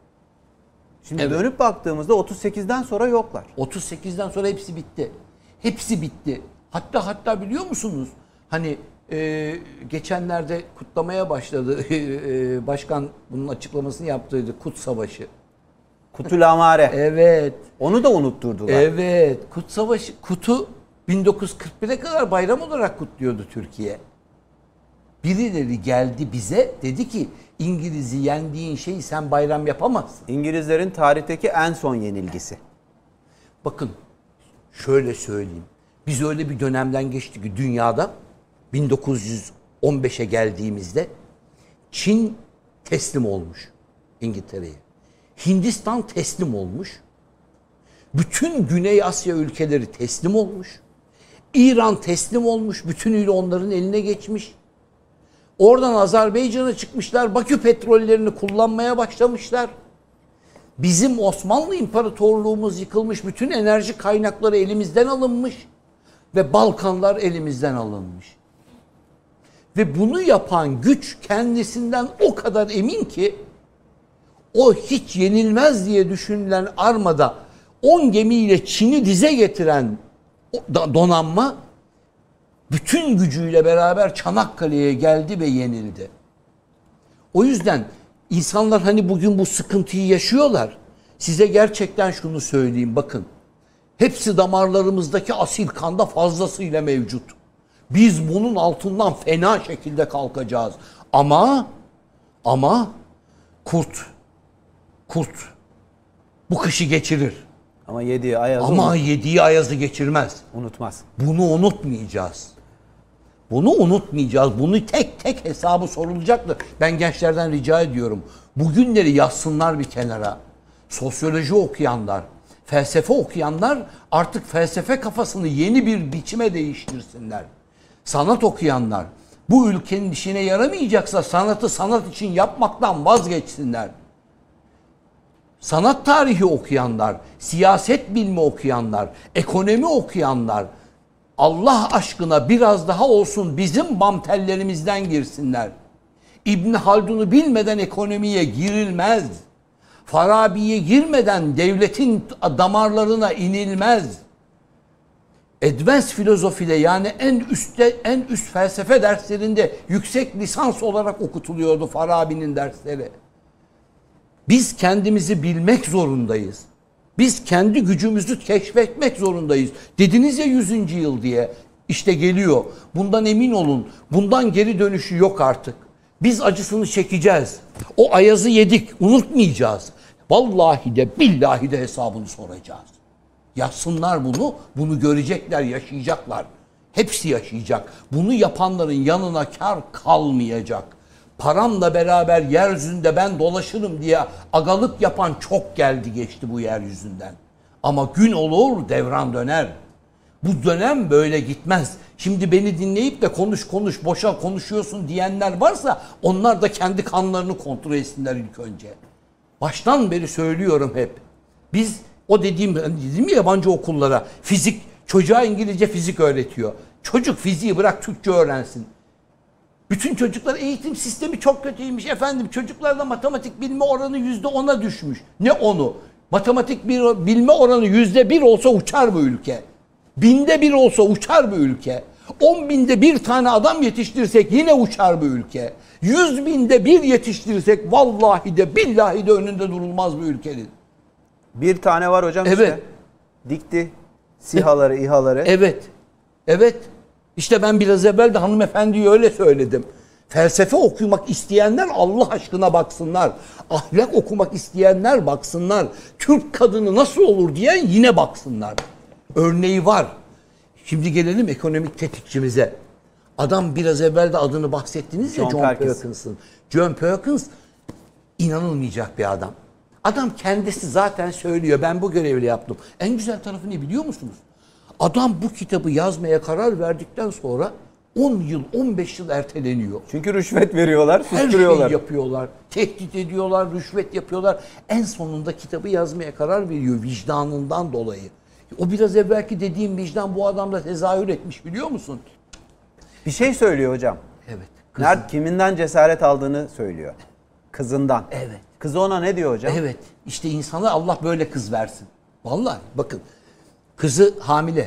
Şimdi Evet. dönüp baktığımızda otuz sekizden sonra yoklar. otuz sekizden sonra hepsi bitti. Hepsi bitti. Hatta hatta biliyor musunuz? Hani e, geçenlerde kutlamaya başladı. E, başkan bunun açıklamasını yaptıydı. Kut Savaşı. Kutulamare. Evet. Onu da unutturdular. Evet. Kut Savaşı. Kutu bin dokuz yüz kırk bire kadar bayram olarak kutluyordu Türkiye. Birileri geldi bize dedi ki İngiliz'i yendiğin şeyi sen bayram yapamazsın. İngilizlerin tarihteki en son yenilgisi. Bakın şöyle söyleyeyim. Biz öyle bir dönemden geçtik ki dünyada bin dokuz yüz on beşe geldiğimizde Çin teslim olmuş İngiltere'ye. Hindistan teslim olmuş. Bütün Güney Asya ülkeleri teslim olmuş. İran teslim olmuş. Bütünüyle onların eline geçmiş. Oradan Azerbaycan'a çıkmışlar. Bakü petrollerini kullanmaya başlamışlar. Bizim Osmanlı İmparatorluğumuz yıkılmış. Bütün enerji kaynakları elimizden alınmış. Ve Balkanlar elimizden alınmış. Ve bunu yapan güç kendisinden o kadar emin ki o hiç yenilmez diye düşünülen armada on gemiyle Çin'i dize getiren donanma bütün gücüyle beraber Çanakkale'ye geldi ve yenildi. O yüzden insanlar hani bugün bu sıkıntıyı yaşıyorlar. Size gerçekten şunu söyleyeyim bakın. Hepsi damarlarımızdaki asil kanda fazlasıyla mevcut. Biz bunun altından fena şekilde kalkacağız. Ama ama kurt kurt bu kışı geçirir. Ama yediği ayazı Ama unut- yediği ayazı geçirmez. unutmaz. Bunu unutmayacağız. Bunu unutmayacağız. Bunu tek tek hesabı sorulacaktır. Ben gençlerden rica ediyorum. Bugünleri yazsınlar bir kenara. Sosyoloji okuyanlar, felsefe okuyanlar artık felsefe kafasını yeni bir biçime değiştirsinler. Sanat okuyanlar bu ülkenin işine yaramayacaksa sanatı sanat için yapmaktan vazgeçsinler. Sanat tarihi okuyanlar, siyaset bilimi okuyanlar, ekonomi okuyanlar Allah aşkına biraz daha olsun bizim bam tellerimizden girsinler. İbn Haldun'u bilmeden ekonomiye girilmez. Farabi'ye girmeden devletin damarlarına inilmez. Advanced filozofide yani en üstte en üst felsefe derslerinde yüksek lisans olarak okutuluyordu Farabi'nin dersleri. Biz kendimizi bilmek zorundayız. Biz kendi gücümüzü keşfetmek zorundayız. Dediniz ya yüzüncü yıl diye. İşte geliyor. Bundan emin olun. Bundan geri dönüşü yok artık. Biz acısını çekeceğiz. O ayazı yedik. Unutmayacağız. Vallahi de billahi de hesabını soracağız. Yazsınlar bunu. Bunu görecekler, yaşayacaklar. Hepsi yaşayacak. Bunu yapanların yanına kar kalmayacak. Paramla beraber yeryüzünde ben dolaşırım diye agalık yapan çok geldi geçti bu yeryüzünden. Ama gün olur devran döner. Bu dönem böyle gitmez. Şimdi beni dinleyip de konuş konuş boşa konuşuyorsun diyenler varsa onlar da kendi kanlarını kontrol etsinler ilk önce. Baştan beri söylüyorum hep. Biz o dediğim, dedim ya yabancı okullara fizik, çocuğa İngilizce fizik öğretiyor. Çocuk fiziği bırak Türkçe öğrensin. Bütün çocuklar eğitim sistemi çok kötüymüş efendim. Çocuklarda matematik bilme oranı yüzde ona düşmüş. Ne onu? Matematik bir, bilme oranı yüzde bir olsa uçar bu ülke. Binde bir olsa uçar bu ülke. On binde bir tane adam yetiştirsek yine uçar bu ülke. Yüz binde bir yetiştirsek vallahi de billahi de önünde durulmaz bu ülkenin. Bir tane var hocam Evet. işte. Dikti. SİHA'ları, İHA'ları. Evet. Evet. İşte ben biraz evvel de hanımefendiye öyle söyledim. Felsefe okumak isteyenler Allah aşkına baksınlar. Ahlak okumak isteyenler baksınlar. Türk kadını nasıl olur diyen yine baksınlar. Örneği var. Şimdi gelelim ekonomik tetikçimize. Adam biraz evvel de adını bahsettiniz ya, John John Perkins. Perkins'ın. John Perkins inanılmayacak bir adam. Adam kendisi zaten söylüyor. Ben bu görevi yaptım. En güzel tarafı ne biliyor musunuz? Adam bu kitabı yazmaya karar verdikten sonra on yıl, on beş yıl erteleniyor. Çünkü rüşvet veriyorlar, Her susturuyorlar. şeyi yapıyorlar. Tehdit ediyorlar, rüşvet yapıyorlar. En sonunda kitabı yazmaya karar veriyor vicdanından dolayı. O biraz evvelki dediğim vicdan bu adamda tezahür etmiş, biliyor musun? Bir şey söylüyor hocam. Evet. Nerede, kiminden cesaret aldığını söylüyor. Kızından. Evet. Kızı ona ne diyor hocam? Evet. İşte insana Allah böyle kız versin. Vallahi bakın. Kızı hamile.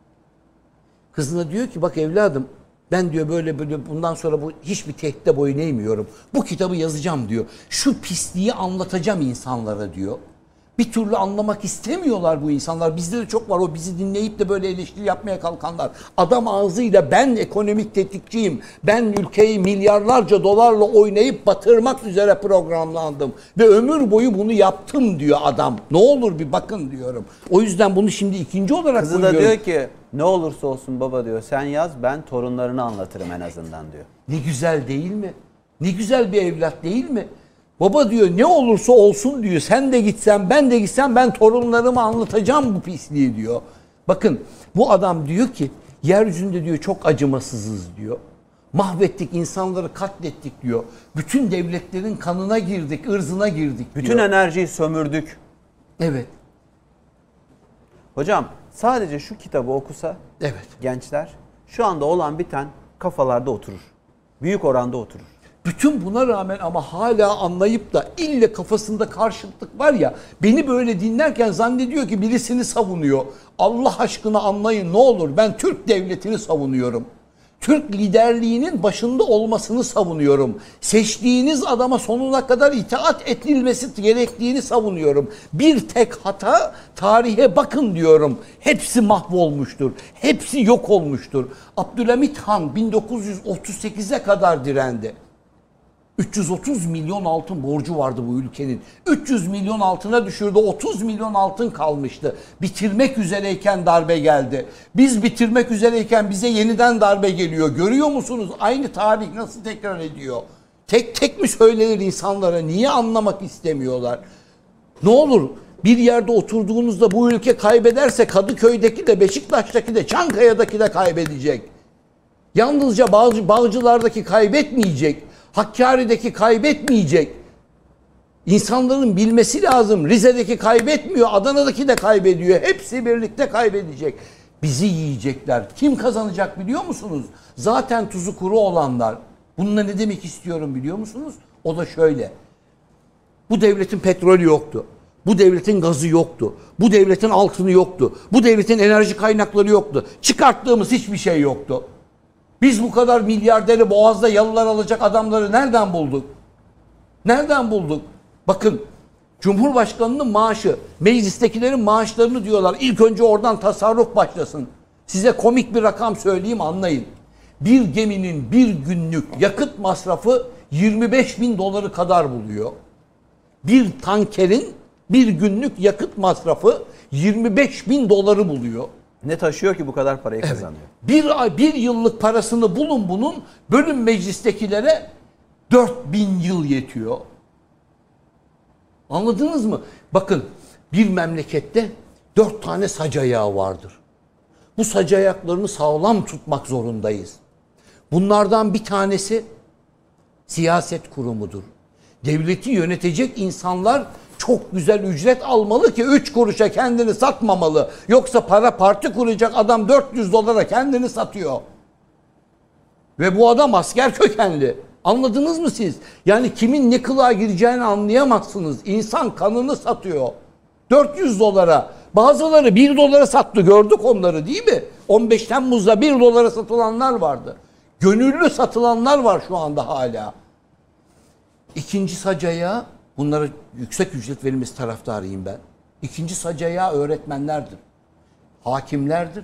Kızına diyor ki bak evladım, ben diyor böyle böyle bundan sonra bu hiçbir tehditte boyun eğmiyorum. Bu kitabı yazacağım diyor. Şu pisliği anlatacağım insanlara diyor. Bir türlü anlamak istemiyorlar bu insanlar. Bizde de çok var o bizi dinleyip de böyle eleştiri yapmaya kalkanlar. Adam ağzıyla ben ekonomik tetikçiyim, ben ülkeyi milyarlarca dolarla oynayıp batırmak üzere programlandım ve ömür boyu bunu yaptım diyor adam. Ne olur bir bakın diyorum. O yüzden bunu şimdi ikinci olarak Kızı da koyuyorum. diyor ki ne olursa olsun baba diyor sen yaz ben torunlarını anlatırım en azından diyor. Ne güzel değil mi? Ne güzel bir evlat değil mi? Baba diyor ne olursa olsun diyor. Sen de gitsen ben de gitsem ben torunlarıma anlatacağım bu pisliği diyor. Bakın bu adam diyor ki yeryüzünde diyor çok acımasızız diyor. Mahvettik, insanları katlettik diyor. Bütün devletlerin kanına girdik, ırzına girdik diyor. Bütün enerjiyi sömürdük. Evet. Hocam sadece şu kitabı okusa Evet. gençler şu anda olan biten kafalarda oturur. Büyük oranda oturur. Bütün buna rağmen ama hala anlayıp da ille kafasında karşıtlık var ya, beni böyle dinlerken zannediyor ki birisini savunuyor. Allah aşkına anlayın ne olur, ben Türk devletini savunuyorum. Türk liderliğinin başında olmasını savunuyorum. Seçtiğiniz adama sonuna kadar itaat edilmesi gerektiğini savunuyorum. Bir tek hata, tarihe bakın diyorum. Hepsi mahvolmuştur. Hepsi yok olmuştur. Abdülhamit Han bin dokuz yüz otuz sekize kadar direndi. üç yüz otuz milyon altın borcu vardı bu ülkenin. üç yüz milyon altına düşürdü. otuz milyon altın kalmıştı. Bitirmek üzereyken darbe geldi. Biz bitirmek üzereyken bize yeniden darbe geliyor. Görüyor musunuz? Aynı tarih nasıl tekrar ediyor? Tek tek mi söylenir insanlara? Niye anlamak istemiyorlar? Ne olur bir yerde oturduğunuzda bu ülke kaybederse Kadıköy'deki de Beşiktaş'taki de Çankaya'daki de kaybedecek. Yalnızca Bağcı, Bağcılar'daki kaybetmeyecek. Hakkari'deki kaybetmeyecek. İnsanların bilmesi lazım. Rize'deki kaybetmiyor, Adana'daki de kaybediyor. Hepsi birlikte kaybedecek. Bizi yiyecekler. Kim kazanacak biliyor musunuz? Zaten tuzu kuru olanlar. Bununla ne demek istiyorum biliyor musunuz? O da şöyle. Bu devletin petrolü yoktu. Bu devletin gazı yoktu. Bu devletin altını yoktu. Bu devletin enerji kaynakları yoktu. Çıkarttığımız hiçbir şey yoktu. Biz bu kadar milyarderi boğazda yalılar alacak adamları nereden bulduk? Nereden bulduk? Bakın Cumhurbaşkanının maaşı, meclistekilerin maaşlarını diyorlar. İlk önce oradan tasarruf başlasın. Size komik bir rakam söyleyeyim anlayın. Bir geminin bir günlük yakıt masrafı yirmi beş bin doları kadar buluyor. Bir tankerin bir günlük yakıt masrafı yirmi beş bin doları buluyor. Ne taşıyor ki bu kadar parayı Evet. kazanıyor? Bir ay, bir yıllık parasını bulun bunun, bölün meclistekilere dört bin yıl yetiyor. Anladınız mı? Bakın bir memlekette dört tane sac ayağı vardır. Bu sac ayaklarını sağlam tutmak zorundayız. Bunlardan bir tanesi siyaset kurumudur. Devleti yönetecek insanlar çok güzel ücret almalı ki üç kuruşa kendini satmamalı. Yoksa para parti kuracak adam dört yüz dolara kendini satıyor. Ve bu adam asker kökenli. Anladınız mı siz? Yani kimin ne kılığa gireceğini anlayamazsınız. İnsan kanını satıyor. dört yüz dolara Bazıları bir dolara sattı, gördük onları değil mi? on beş Temmuz'da bir dolara satılanlar vardı. Gönüllü satılanlar var şu anda hala. İkinci sacaya, bunlara yüksek ücret verilmesi taraftarıyım ben. İkinci sacaya öğretmenlerdir, hakimlerdir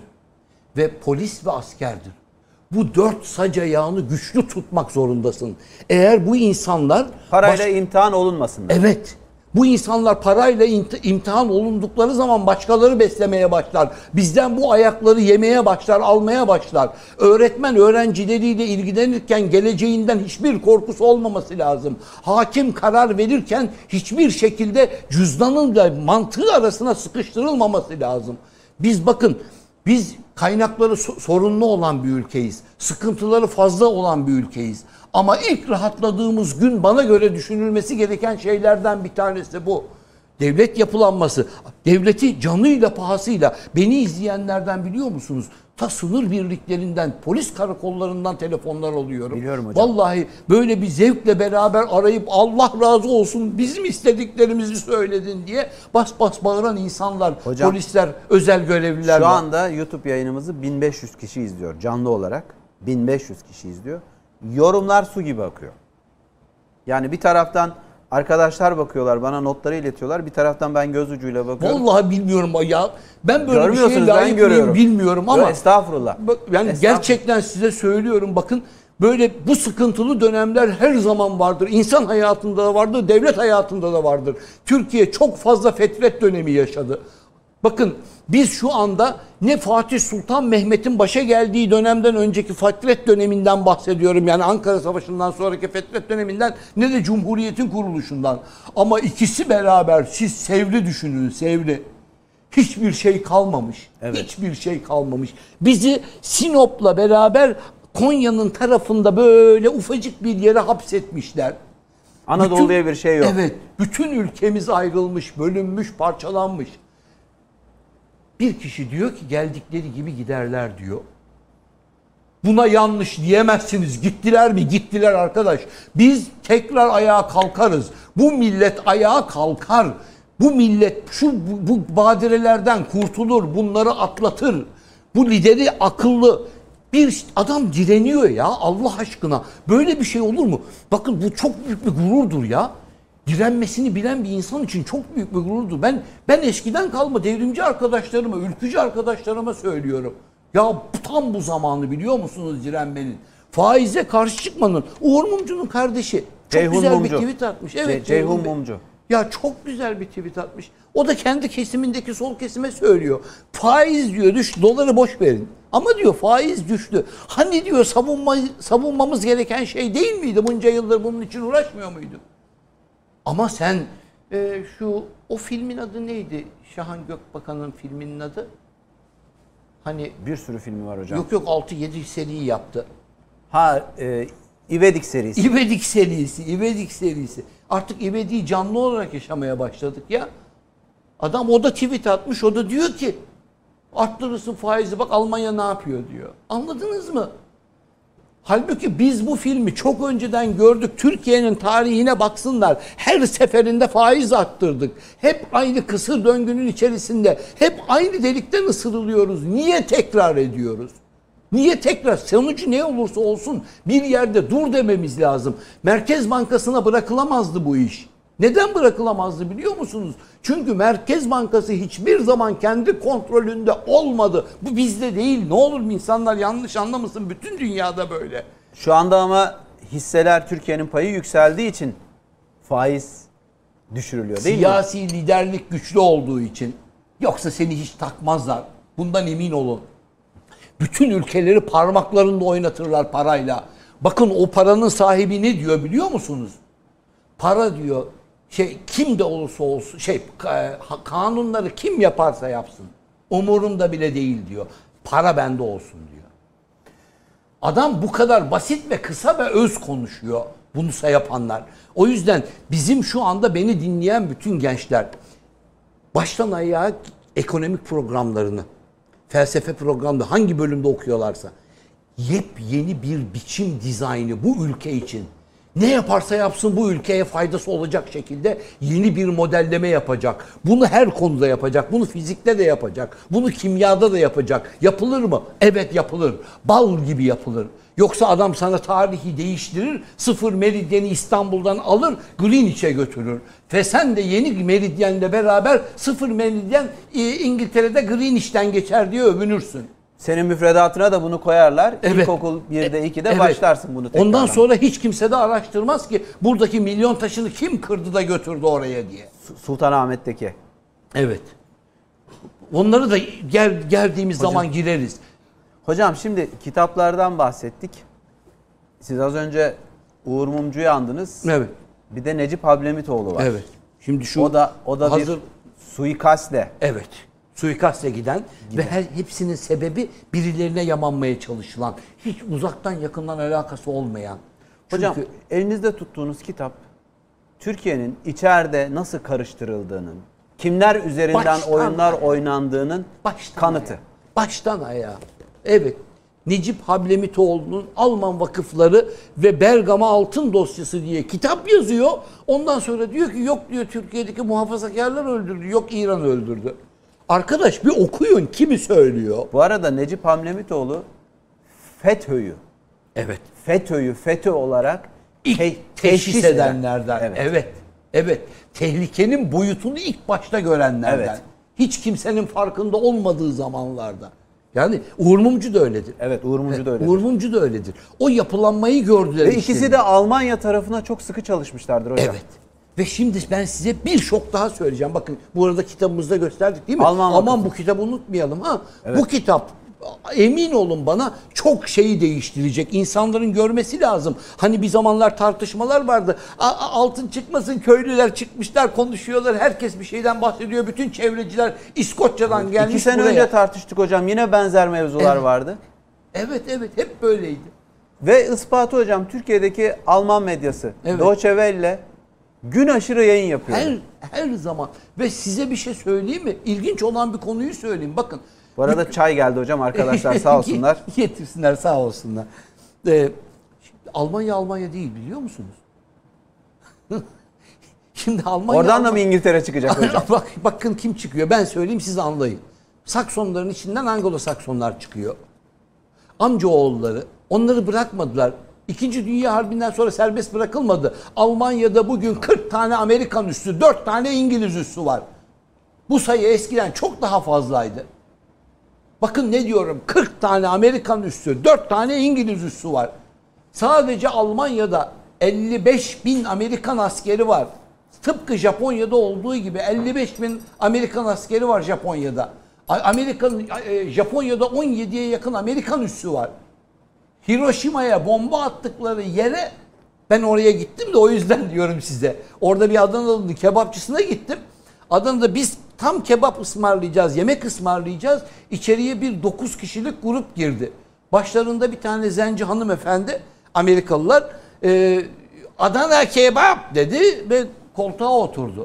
ve polis ve askerdir. Bu dört sac ayağını güçlü tutmak zorundasın. Eğer bu insanlar... Parayla baş... imtihan olunmasınlar. Evet. Bu insanlar parayla imtihan olundukları zaman başkaları beslemeye başlar. Bizden bu ayakları yemeye başlar, almaya başlar. Öğretmen öğrencileriyle ilgilenirken geleceğinden hiçbir korkusu olmaması lazım. Hakim karar verirken hiçbir şekilde cüzdanınla mantığı arasına sıkıştırılmaması lazım. Biz bakın, biz kaynakları sorunlu olan bir ülkeyiz. Sıkıntıları fazla olan bir ülkeyiz. Ama ilk rahatladığımız gün bana göre düşünülmesi gereken şeylerden bir tanesi bu. Devlet yapılanması. Devleti canıyla pahasıyla, beni izleyenlerden biliyor musunuz? Ta sınır birliklerinden, polis karakollarından telefonlar alıyorum. Biliyorum hocam. Vallahi böyle bir zevkle beraber arayıp Allah razı olsun bizim istediklerimizi söyledin diye bas bas bağıran insanlar, hocam, polisler, özel görevliler şu var. Şu anda YouTube yayınımızı bin beş yüz kişi izliyor canlı olarak. bin beş yüz kişi izliyor. Yorumlar su gibi akıyor. Yani bir taraftan arkadaşlar bakıyorlar, bana notları iletiyorlar. Bir taraftan ben göz ucuyla bakıyorum. Vallahi bilmiyorum ya. Ben böyle bir şeye layık mıyım bilmiyorum ama. Yo, estağfurullah. Yani estağfurullah. Gerçekten size söylüyorum, bakın böyle bu sıkıntılı dönemler her zaman vardır. İnsan hayatında da vardır, devlet hayatında da vardır. Türkiye çok fazla fetret dönemi yaşadı. Bakın biz şu anda ne Fatih Sultan Mehmet'in başa geldiği dönemden önceki fetret döneminden bahsediyorum. Yani Ankara Savaşı'ndan sonraki fetret döneminden, ne de Cumhuriyet'in kuruluşundan. Ama ikisi beraber siz Sevr'i düşünün, Sevr'i. Hiçbir şey kalmamış. Evet. Hiçbir şey kalmamış. Bizi Sinop'la beraber Konya'nın tarafında böyle ufacık bir yere hapsetmişler. Anadolu bütün, diye bir şey yok. Evet. Bütün ülkemiz ayrılmış, bölünmüş, parçalanmış. Bir kişi diyor ki geldikleri gibi giderler diyor. Buna yanlış diyemezsiniz. Gittiler mi? Gittiler arkadaş. Biz tekrar ayağa kalkarız. Bu millet ayağa kalkar. Bu millet şu bu, bu badirelerden kurtulur. Bunları atlatır. Bu lideri akıllı. Bir adam direniyor ya Allah aşkına. Böyle bir şey olur mu? Bakın bu çok büyük bir gururdur ya. Direnmesini bilen bir insan için çok büyük bir gururdur. Ben ben eskiden kalma devrimci arkadaşlarıma, ülkücü arkadaşlarıma söylüyorum. Ya tam bu zamanı biliyor musunuz direnmenin? Faize karşı çıkmanın. Uğur Mumcu'nun kardeşi çok Ceyhun güzel Mumcu. bir tweet atmış. Evet, Ce- Ceyhun Mumcu. Ya çok güzel bir tweet atmış. O da kendi kesimindeki sol kesime söylüyor. Faiz diyor düş, doları boş verin. Ama diyor faiz düştü. Hani diyor savunma, savunmamız gereken şey değil miydi? Bunca yıldır bunun için uğraşmıyor muydu? Ama sen e, şu o filmin adı neydi? Şahan Gökbakan'ın filminin adı? Hani bir sürü filmi var hocam. Yok yok altı yedi seriyi yaptı. Ha e, İvedik serisi. İvedik serisi, İvedik serisi. Artık İvedik'i canlı olarak yaşamaya başladık ya. Adam o da tweet atmış, o da diyor ki arttırırsın faizi, bak Almanya ne yapıyor diyor. Anladınız mı? Halbuki biz bu filmi çok önceden gördük. Türkiye'nin tarihine baksınlar. Her seferinde faiz arttırdık. Hep aynı kısır döngünün içerisinde. Hep aynı delikten ısırılıyoruz. Niye tekrar ediyoruz? Niye tekrar? Sonucu ne olursa olsun bir yerde dur dememiz lazım. Merkez Bankası'na bırakılamazdı bu iş. Neden bırakılamazdı biliyor musunuz? Çünkü Merkez Bankası hiçbir zaman kendi kontrolünde olmadı. Bu bizde değil. Ne olur insanlar yanlış anlamasın. Bütün dünyada böyle. Şu anda ama hisseler, Türkiye'nin payı yükseldiği için faiz düşürülüyor değil Siyasi mi? Siyasi liderlik güçlü olduğu için. Yoksa seni hiç takmazlar. Bundan emin olun. Bütün ülkeleri parmaklarında oynatırlar parayla. Bakın o paranın sahibi ne diyor biliyor musunuz? Para diyor, şey kim de olursa olsun, şey kanunları kim yaparsa yapsın. Umurumda bile değil diyor. Para bende olsun diyor. Adam bu kadar basit ve kısa ve öz konuşuyor. Bunu yapanlar. O yüzden bizim şu anda beni dinleyen bütün gençler baştan ayağa ekonomik programlarını, felsefe programları hangi bölümde okuyorlarsa yepyeni bir biçim dizaynı bu ülke için Ne yaparsa yapsın bu ülkeye faydası olacak şekilde yeni bir modelleme yapacak. Bunu her konuda yapacak. Bunu fizikte de yapacak. Bunu kimyada da yapacak. Yapılır mı? Evet yapılır. Bal gibi yapılır. Yoksa adam sana tarihi değiştirir, sıfır meridyeni İstanbul'dan alır, Greenwich'e götürür. Ve sen de yeni meridyenle beraber sıfır meridyen İngiltere'de Greenwich'ten geçer diye övünürsün. Senin müfredatına da bunu koyarlar. Evet. İlkokul birde ikide Evet. başlarsın bunu tekrardan. Ondan sonra hiç kimse de araştırmaz ki buradaki milyon taşını kim kırdı da götürdü oraya diye. Sultanahmet'teki. Evet. Onları da gel, geldiğimiz Hocam, zaman gireriz. Hocam şimdi kitaplardan bahsettik. Siz az önce Uğur Mumcu'yu andınız. Evet. Bir de Necip Hablemitoğlu var. Evet. Şimdi şu O da o da hazır, bir suikastle. evet. Suikastle giden ve her, hepsinin sebebi birilerine yamanmaya çalışılan, hiç uzaktan yakından alakası olmayan. Hocam Çünkü elinizde tuttuğunuz kitap Türkiye'nin içeride nasıl karıştırıldığının, kimler üzerinden Baştan oyunlar ayağa. oynandığının baştan kanıtı. ayağa, baştan ayağa. Evet. Necip Hablemitoğlu'nun Alman vakıfları ve Bergama altın dosyası diye kitap yazıyor. Ondan sonra diyor ki yok diyor Türkiye'deki muhafazakarlar öldürdü. Yok İran öldürdü. Arkadaş bir okuyun kimi söylüyor. Bu arada Necip Hablemitoğlu FETÖ'yü, Evet. FETÖ'yü FETÖ olarak İlk te- teşhis eden. edenlerden. Evet. Evet. Evet. Tehlikenin boyutunu ilk başta görenlerden. Evet. Hiç kimsenin farkında olmadığı zamanlarda. Yani Uğur Mumcu da öyledir. Evet, Uğur Mumcu da öyledir. Uğur Mumcu da öyledir. O yapılanmayı gördüler. Ve ikisi işlerini. de Almanya tarafına çok sıkı çalışmışlardır hocam. Evet. Ve şimdi ben size bir şok daha söyleyeceğim. Bakın bu arada kitabımızda gösterdik değil mi? Alman Aman vakıfı. bu kitabı unutmayalım ha. Bu kitap emin olun bana çok şeyi değiştirecek. İnsanların görmesi lazım. Hani bir zamanlar tartışmalar vardı. A- a- altın çıkmasın, köylüler çıkmışlar, konuşuyorlar. Herkes bir şeyden bahsediyor. Bütün çevreciler İskoçya'dan gelmiş İki sene buraya. önce tartıştık hocam. Yine benzer mevzular Evet. vardı. Evet evet hep böyleydi. Ve ispatı hocam Türkiye'deki Alman medyası Evet. Deutsche Welle gün aşırı yayın yapıyor. Her her zaman. Ve size bir şey söyleyeyim mi? İlginç olan bir konuyu söyleyeyim. Bakın. Bu arada çay geldi hocam arkadaşlar sağ olsunlar. Getirsinler sağ olsunlar. Ee, Almanya Almanya değil biliyor musunuz? Şimdi Almanya Oradan da Almanya... mı İngiltere çıkacak hocam? Bak, bakın kim çıkıyor. Ben söyleyeyim siz anlayın. Saksonların içinden Anglo-Saksonlar çıkıyor. Amcaoğulları. Onları bırakmadılar. İkinci Dünya Harbi'nden sonra serbest bırakılmadı. Almanya'da bugün kırk tane Amerikan üssü, dört tane İngiliz üssü var. Bu sayı eskiden çok daha fazlaydı. Bakın ne diyorum, kırk tane Amerikan üssü, dört tane İngiliz üssü var. Sadece Almanya'da elli beş bin Amerikan askeri var. Tıpkı Japonya'da olduğu gibi elli beş bin Amerikan askeri var Japonya'da. Amerikan Japonya'da on yediye yakın Amerikan üssü var. Hiroşima'ya bomba attıkları yere ben oraya gittim de o yüzden diyorum size. Orada bir Adanalı kebapçısına gittim. Adana'da biz tam kebap ısmarlayacağız, yemek ısmarlayacağız. İçeriye bir dokuz kişilik grup girdi. Başlarında bir tane zenci hanımefendi, Amerikalılar, e, Adana kebap dedi ve koltuğa oturdu.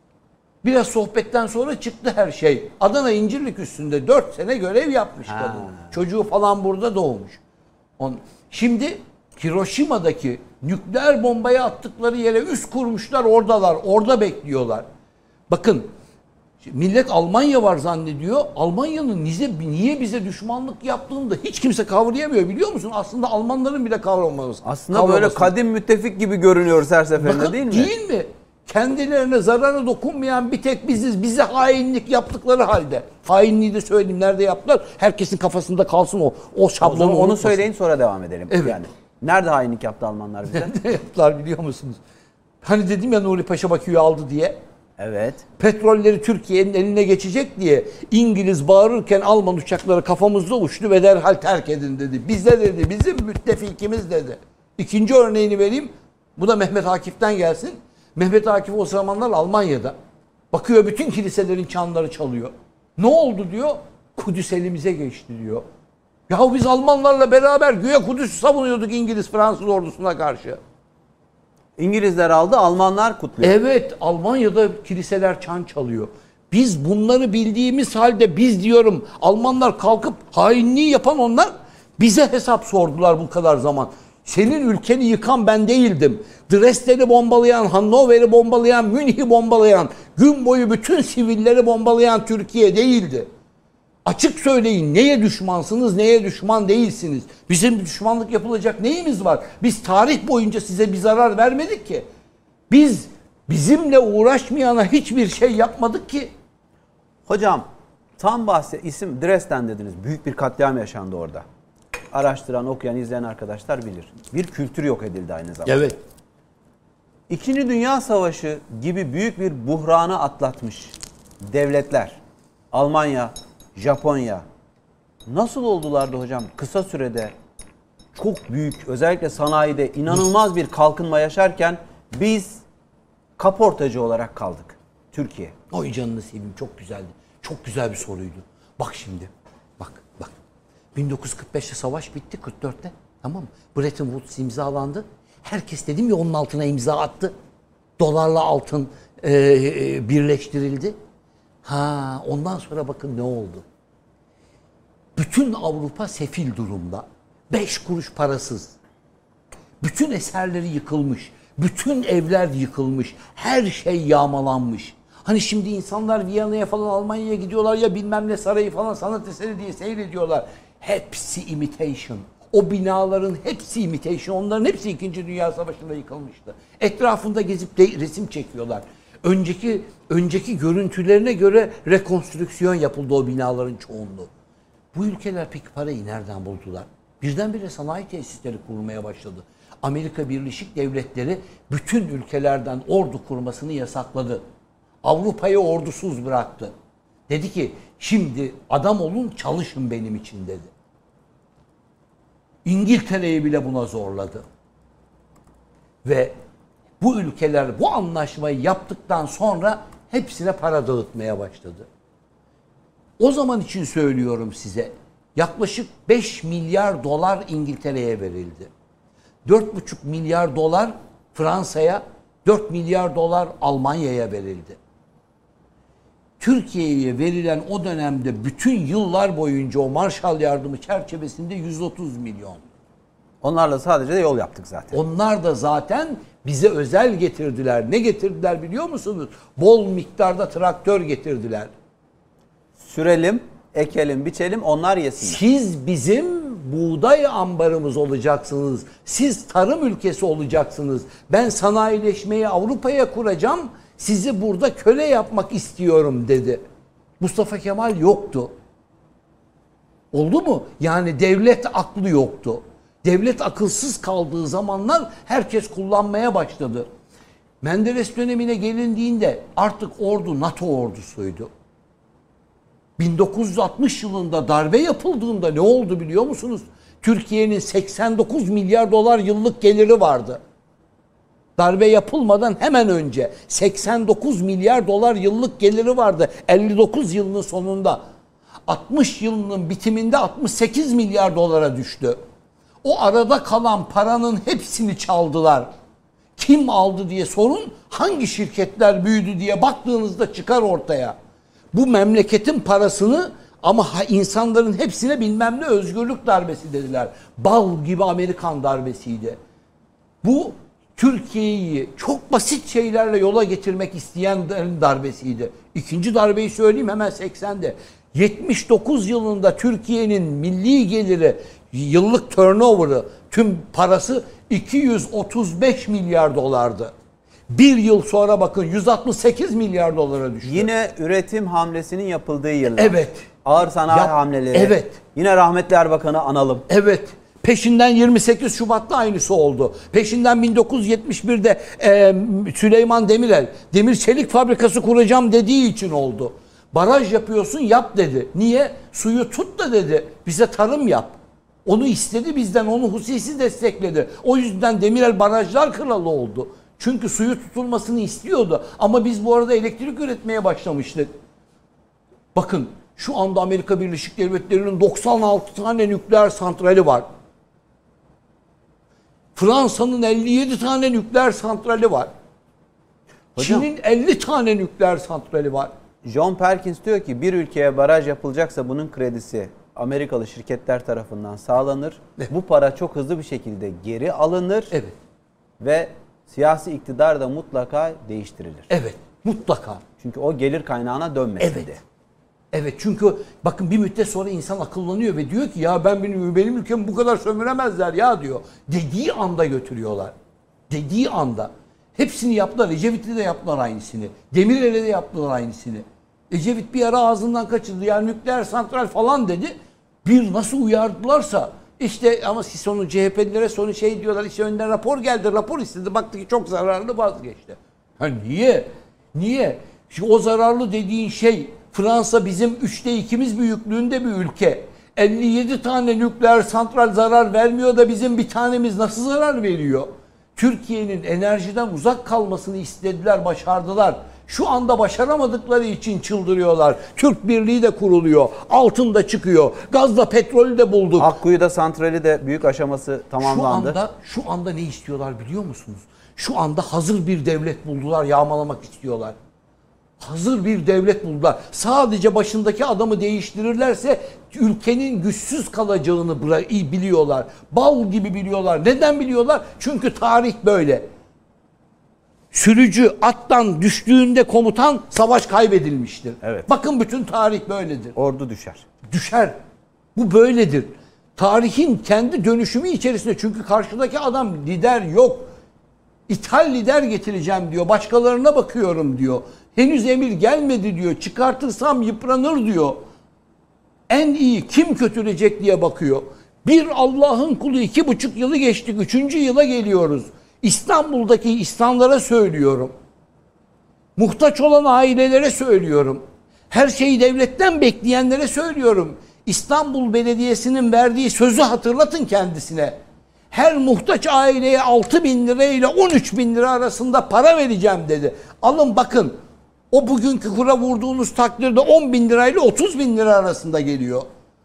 Biraz sohbetten sonra çıktı her şey. Adana İncirlik üstünde dört sene görev yapmış Ha. kadın. Çocuğu falan burada doğmuş. On, şimdi Hiroşima'daki nükleer bombayı attıkları yere üs kurmuşlar, oradalar, orada bekliyorlar. Bakın millet Almanya var zannediyor. Almanya'nın niye, niye bize düşmanlık yaptığını da hiç kimse kavrayamıyor biliyor musun? Aslında Almanların bile kavramaması. Aslında böyle kadim müttefik gibi görünüyoruz her seferinde Bakın, değil mi? Değil mi? Kendilerine zararı dokunmayan bir tek biziz. Bize hainlik yaptıkları halde. Hainliği de söyleyeyim nerede yaptılar. Herkesin kafasında kalsın o. O O şablonu zaman onu unutmasın. söyleyin sonra devam edelim. Evet. Yani nerede hainlik yaptı Almanlar bize? Ne yaptılar biliyor musunuz? Hani dedim ya Nuri Paşa Bakü'yü aldı diye. Evet. Petrolleri Türkiye'nin eline geçecek diye İngiliz bağırırken Alman uçakları kafamızda uçtu ve derhal terk edin dedi. Bize dedi, bizim müttefikimiz dedi. İkinci örneğini vereyim. Bu da Mehmet Akif'ten gelsin. Mehmet Akif o zamanlar Almanya'da. Bakıyor bütün kiliselerin çanları çalıyor. Ne oldu diyor? Kudüs elimize geçti diyor. Ya biz Almanlarla beraber güya Kudüs'ü savunuyorduk İngiliz Fransız ordusuna karşı. İngilizler aldı, Almanlar kutluyor. Evet, Almanya'da kiliseler çan çalıyor. Biz bunları bildiğimiz halde biz diyorum Almanlar kalkıp hainliği yapan onlar bize hesap sordular bu kadar zaman. Senin ülkeni yıkan ben değildim. Dresden'i bombalayan, Hannover'i bombalayan, Münih'i bombalayan, gün boyu bütün sivilleri bombalayan Türkiye değildi. Açık söyleyin, neye düşmansınız, neye düşman değilsiniz. Bizim düşmanlık yapılacak neyimiz var? Biz tarih boyunca size bir zarar vermedik ki. Biz bizimle uğraşmayana hiçbir şey yapmadık ki. Hocam tam bahse isim Dresden dediniz. Büyük bir katliam yaşandı orada. Araştıran, okuyan, izleyen arkadaşlar bilir. Bir kültür yok edildi aynı zamanda. Evet. İkinci Dünya Savaşı gibi büyük bir buhranı atlatmış devletler, Almanya, Japonya nasıl oldular da hocam kısa sürede çok büyük, özellikle sanayide inanılmaz bir kalkınma yaşarken biz kaportacı olarak kaldık Türkiye? Oy canını seveyim, çok güzeldi. Çok güzel bir soruydu. Bak şimdi. Bak bak. bin dokuz yüz kırk beşte savaş bitti, kırk dörtte. Tamam mı? Bretton Woods imzalandı. Herkes dedim ya onun altına imza attı. Dolarla altın e, e, birleştirildi. Ha, ondan sonra bakın ne oldu? Bütün Avrupa sefil durumda. Beş kuruş parasız. Bütün eserleri yıkılmış. Bütün evler yıkılmış. Her şey yağmalanmış. Hani şimdi insanlar Viyana'ya falan, Almanya'ya gidiyorlar ya, bilmem ne sarayı falan sanat eseri diye seyrediyorlar. Hepsi imitation. O binaların hepsi imitation. Onların hepsi İkinci Dünya Savaşı'nda yıkılmıştı. Etrafında gezip de resim çekiyorlar. Önceki önceki görüntülerine göre rekonstrüksiyon yapıldı o binaların çoğunluğu. Bu ülkeler peki parayı nereden buldular? Birdenbire sanayi tesisleri kurmaya başladı. Amerika Birleşik Devletleri bütün ülkelerden ordu kurmasını yasakladı. Avrupa'yı ordusuz bıraktı. Dedi ki şimdi adam olun, çalışın benim için dedi. İngiltere'yi bile buna zorladı. Ve bu ülkeler bu anlaşmayı yaptıktan sonra hepsine para dağıtmaya başladı. O zaman için söylüyorum size, yaklaşık beş milyar dolar İngiltere'ye verildi. dört buçuk milyar dolar Fransa'ya, dört milyar dolar Almanya'ya verildi. Türkiye'ye verilen o dönemde bütün yıllar boyunca o Marshall Yardımı çerçevesinde yüz otuz milyon. Onlarla sadece de yol yaptık zaten. Onlar da zaten bize özel getirdiler. Ne getirdiler biliyor musunuz? Bol miktarda traktör getirdiler. Sürelim, ekelim, biçelim, onlar yesinler. Siz bizim buğday ambarımız olacaksınız. Siz tarım ülkesi olacaksınız. Ben sanayileşmeyi Avrupa'ya kuracağım. Sizi burada köle yapmak istiyorum dedi. Mustafa Kemal yoktu. Oldu mu? Yani devlet aklı yoktu. Devlet akılsız kaldığı zamanlar herkes kullanmaya başladı. Menderes dönemine gelindiğinde artık ordu NATO ordusuydu. bin dokuz yüz altmış yılında darbe yapıldığında ne oldu biliyor musunuz? Türkiye'nin seksen dokuz milyar dolar yıllık geliri vardı. Darbe yapılmadan hemen önce seksen dokuz milyar dolar yıllık geliri vardı. elli dokuz yılının sonunda. altmış yılının bitiminde altmış sekiz milyar dolara düştü. O arada kalan paranın hepsini çaldılar. Kim aldı diye sorun, hangi şirketler büyüdü diye baktığınızda çıkar ortaya. Bu memleketin parasını ama insanların hepsine bilmem ne özgürlük darbesi dediler. Bal gibi Amerikan darbesiydi. Bu Türkiye'yi çok basit şeylerle yola getirmek isteyenlerin darbesiydi. İkinci darbeyi söyleyeyim hemen seksende. yetmiş dokuz yılında Türkiye'nin milli geliri, yıllık turnover'ı, tüm parası iki yüz otuz beş milyar dolardı. Bir yıl sonra bakın yüz altmış sekiz milyar dolara düştü. Yine üretim hamlesinin yapıldığı yıllar. Evet. Ağır sanayi Yap, hamleleri. Evet. Yine rahmetli Erbakan'ı analım. Evet. Peşinden yirmi sekiz Şubat'ta aynısı oldu. Peşinden bin dokuz yüz yetmiş birde e, Süleyman Demirel demir çelik fabrikası kuracağım dediği için oldu. Baraj yapıyorsun, yap dedi. Niye? Suyu tut da dedi. Bize tarım yap. Onu istedi bizden, onu hususi destekledi. O yüzden Demirel barajlar kralı oldu. Çünkü suyu tutulmasını istiyordu. Ama biz bu arada elektrik üretmeye başlamıştık. Bakın şu anda Amerika Birleşik Devletleri'nin doksan altı tane nükleer santrali var. Fransa'nın elli yedi tane nükleer santrali var. Hocam, Çin'in elli tane nükleer santrali var. John Perkins diyor ki bir ülkeye baraj yapılacaksa bunun kredisi Amerikalı şirketler tarafından sağlanır. Evet. Bu para çok hızlı bir şekilde geri alınır. Evet. Ve siyasi iktidar da mutlaka değiştirilir. Evet. Mutlaka. Çünkü o gelir kaynağına dönmesin Evet. diye. Evet, çünkü bakın bir müddet sonra insan akıllanıyor ve diyor ki ya ben benim, benim ülkemi bu kadar sömüremezler ya diyor. Dediği anda götürüyorlar. Dediği anda. Hepsini yaptılar. Ecevit'te de yaptılar aynısını. Demirel'e de yaptılar aynısını. Ecevit bir ara ağzından kaçırdı. Yani nükleer santral falan dedi. Bir nasıl uyardılarsa işte ama siz onu C H P'lilere sonra şey diyorlar işte önden rapor geldi. Rapor istedi. Baktı ki çok zararlı, vazgeçti. Ha niye? Niye? Şimdi o zararlı dediğin şey Fransa bizim üçte ikimiz büyüklüğünde bir ülke. elli yedi tane nükleer santral zarar vermiyor da bizim bir tanemiz nasıl zarar veriyor? Türkiye'nin enerjiden uzak kalmasını istediler, başardılar. Şu anda başaramadıkları için çıldırıyorlar. Türk Birliği de kuruluyor. Altın da çıkıyor. Gazla petrolü de bulduk. Akkuyu'da santrali de büyük aşaması tamamlandı. Şu anda, şu anda ne istiyorlar biliyor musunuz? Şu anda hazır bir devlet buldular, yağmalamak istiyorlar. Hazır bir devlet buldular. Sadece başındaki adamı değiştirirlerse ülkenin güçsüz kalacağını biliyorlar. Bal gibi biliyorlar. Neden biliyorlar? Çünkü tarih böyle. Sürücü attan düştüğünde komutan savaş kaybedilmiştir. Evet. Bakın bütün tarih böyledir. Ordu düşer. Düşer. Bu böyledir. Tarihin kendi dönüşümü içerisinde çünkü karşıdaki adam lider yok. İthal lider getireceğim diyor. Başkalarına bakıyorum diyor. Henüz emir gelmedi diyor. Çıkartırsam yıpranır diyor. En iyi kim kötülecek diye bakıyor. Bir Allah'ın kulu iki buçuk yılı geçtik. Üçüncü yıla geliyoruz. İstanbul'daki İslamlara söylüyorum. Muhtaç olan ailelere söylüyorum. Her şeyi devletten bekleyenlere söylüyorum. İstanbul Belediyesi'nin verdiği sözü hatırlatın kendisine. Her muhtaç aileye altı bin lira ile on üç bin lira arasında para vereceğim dedi. Alın bakın. O bugünkü kura vurduğunuz takdirde on bin lira ile otuz bin lira arasında geliyor.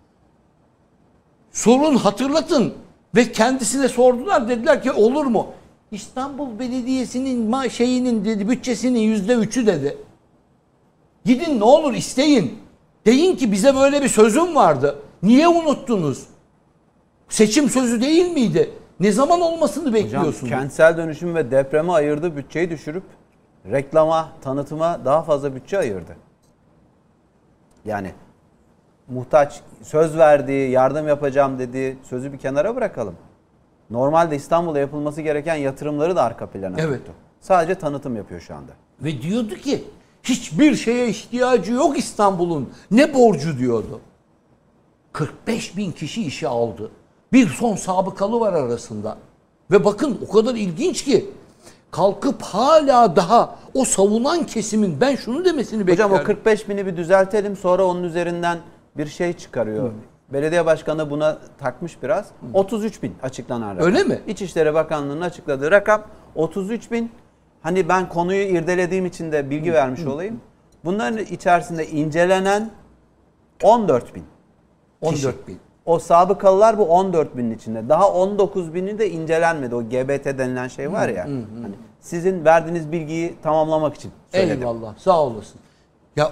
Sorun hatırlatın. Ve kendisine sordular. Dediler ki olur mu? İstanbul Belediyesi'nin şeyinin dedi, bütçesinin yüzde üçü dedi. Gidin ne olur isteyin. Deyin ki bize böyle bir sözüm vardı. Niye unuttunuz? Seçim sözü değil miydi? Ne zaman olmasını bekliyorsunuz? Hocam kentsel dönüşüm ve depreme ayırdığı bütçeyi düşürüp reklama, tanıtıma daha fazla bütçe ayırdı. Yani muhtaç söz verdiği, yardım yapacağım dediği sözü bir kenara bırakalım. Normalde İstanbul'a yapılması gereken yatırımları da arka plana Evet. tuttu. Sadece tanıtım yapıyor şu anda. Ve diyordu ki hiçbir şeye ihtiyacı yok İstanbul'un. Ne borcu diyordu. kırk beş bin kişi işe aldı. Bir son sabıkalı var arasında. Ve bakın o kadar ilginç ki kalkıp hala daha o savunan kesimin ben şunu demesini bekliyorum. Hocam o kırk beş bini bir düzeltelim sonra onun üzerinden bir şey çıkarıyor. Hı. Belediye başkanı buna takmış biraz. Hı. otuz üç bin açıklanan rakam. Öyle mi? İçişleri Bakanlığı'nın açıkladığı rakam otuz üç bin. Hani ben konuyu irdelediğim için de bilgi Hı. vermiş Hı. olayım. Bunların içerisinde incelenen on dört bin. on dört bin. O sabıkalılar bu on dört binin içinde. Daha on dokuz bini de incelenmedi. O G B T denilen şey var ya. Hı, hı, hı. Hani sizin verdiğiniz bilgiyi tamamlamak için söyledim. Eyvallah. Sağ olasın. Ya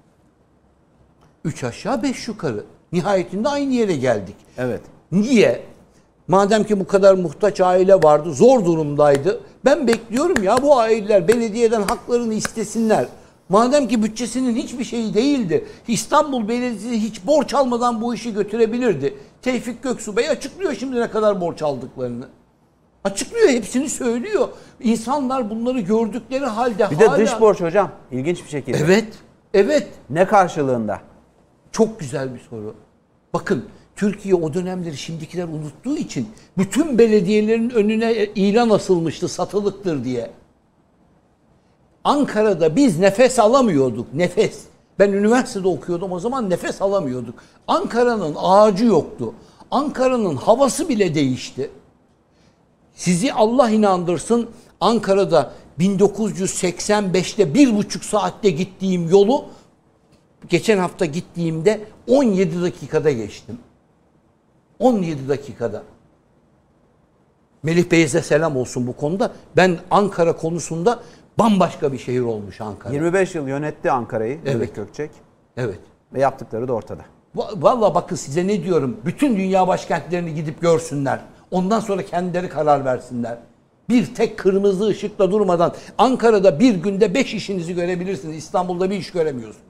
üç aşağı beş yukarı. Nihayetinde aynı yere geldik. Evet. Niye? Madem ki bu kadar muhtaç aile vardı, zor durumdaydı. Ben bekliyorum ya bu aileler belediyeden haklarını istesinler. Madem ki bütçesinin hiçbir şeyi değildi. İstanbul Belediyesi hiç borç almadan bu işi götürebilirdi. Tevfik Göksu Bey açıklıyor şimdi ne kadar borç aldıklarını. Açıklıyor, hepsini söylüyor. İnsanlar bunları gördükleri halde bir hala... de dış borç hocam. İlginç bir şekilde. Evet, evet. Ne karşılığında? Çok güzel bir soru. Bakın Türkiye o dönemleri şimdikiler unuttuğu için bütün belediyelerin önüne ilan asılmıştı satılıktır diye. Ankara'da biz nefes alamıyorduk. Nefes. Ben üniversitede okuyordum o zaman nefes alamıyorduk. Ankara'nın ağacı yoktu. Ankara'nın havası bile değişti. Sizi Allah inandırsın Ankara'da bin dokuz yüz seksen beşte bir buçuk saatte gittiğim yolu geçen hafta gittiğimde on yedi dakikada geçtim. on yedi dakikada. Melih Bey'e selam olsun bu konuda. Ben Ankara konusunda bambaşka bir şehir olmuş Ankara. yirmi beş yıl yönetti Ankara'yı Evet. Melih Gökçek. Evet. Ve yaptıkları da ortada. Vallahi bakın size ne diyorum. Bütün dünya başkentlerini gidip görsünler. Ondan sonra kendileri karar versinler. Bir tek kırmızı ışıkla durmadan Ankara'da bir günde beş işinizi görebilirsiniz. İstanbul'da bir iş göremiyorsunuz.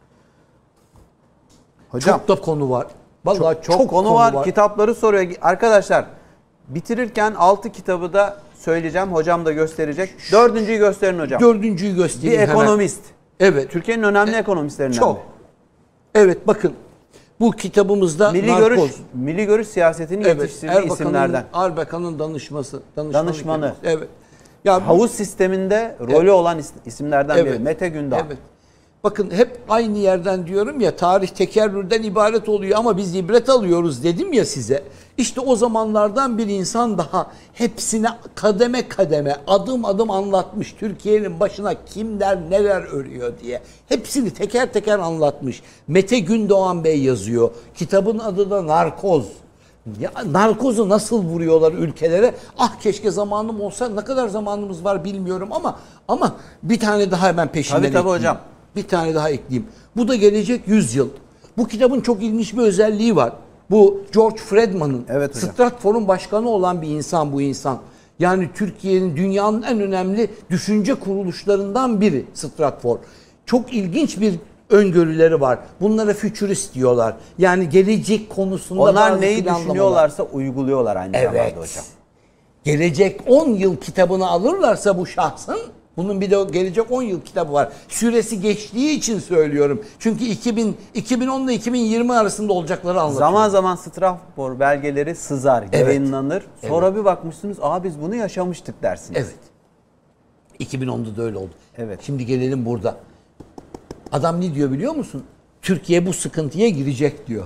Hocam, çok da konu var. Vallahi çok, çok, çok konu, konu var. var. Kitapları soruyor. Arkadaşlar bitirirken altı kitabı da söyleyeceğim. Hocam da gösterecek. Dördüncüyü gösterin hocam. Dördüncüyü Bir göstereyim hemen. ekonomist. Evet. Türkiye'nin önemli ekonomistlerinden Çok. biri. Evet bakın. Bu kitabımızda Milli narkoz. görüş, milli görüş siyasetini Evet. yetiştirdiği Erbakan'ın, isimlerden. Erbakan'ın danışması. Danışmanı. Danışmanı. Evet. Ya Havuz sisteminde rolü Evet. olan is- isimlerden Evet. biri. Mete Gündağ. Evet. Bakın hep aynı yerden diyorum ya, tarih tekerrürden ibaret oluyor ama biz ibret alıyoruz dedim ya size. İşte o zamanlardan bir insan daha hepsine kademe kademe adım adım anlatmış. Türkiye'nin başına kimler neler örüyor diye. Hepsini teker teker anlatmış. Mete Gündoğan Bey yazıyor. Kitabın adı da Narkoz. Ya, narkozu nasıl vuruyorlar ülkelere? Ah keşke zamanım olsa. Ne kadar zamanımız var bilmiyorum ama ama bir tane daha hemen peşinden Tabii tabii ekleyeyim. hocam. Bir tane daha ekleyeyim. Bu da gelecek yüzyıl. Bu kitabın çok ilginç bir özelliği var. Bu George Friedman'ın, Evet hocam. Stratfor'un başkanı olan bir insan bu insan. Yani Türkiye'nin, dünyanın en önemli düşünce kuruluşlarından biri Stratfor. Çok ilginç bir öngörüleri var. Bunlara futurist diyorlar. Yani gelecek konusunda Onlar bazı neyi planlamalar. düşünüyorlarsa uyguluyorlar aynı Evet. zamanda hocam. Gelecek on yıl kitabını alırlarsa bu şahsın, bunun bir de gelecek on yıl kitabı var. Süresi geçtiği için söylüyorum. Çünkü iki bin, iki bin on ile iki bin yirmi arasında olacakları anlatıyor. Zaman zaman Stratfor belgeleri sızar, Evet. yayınlanır. Sonra bir bakmışsınız, aa biz bunu yaşamıştık dersiniz. Evet. iki bin onda da öyle oldu. Evet. Şimdi gelelim burada. Adam ne diyor biliyor musun? Türkiye bu sıkıntıya girecek diyor.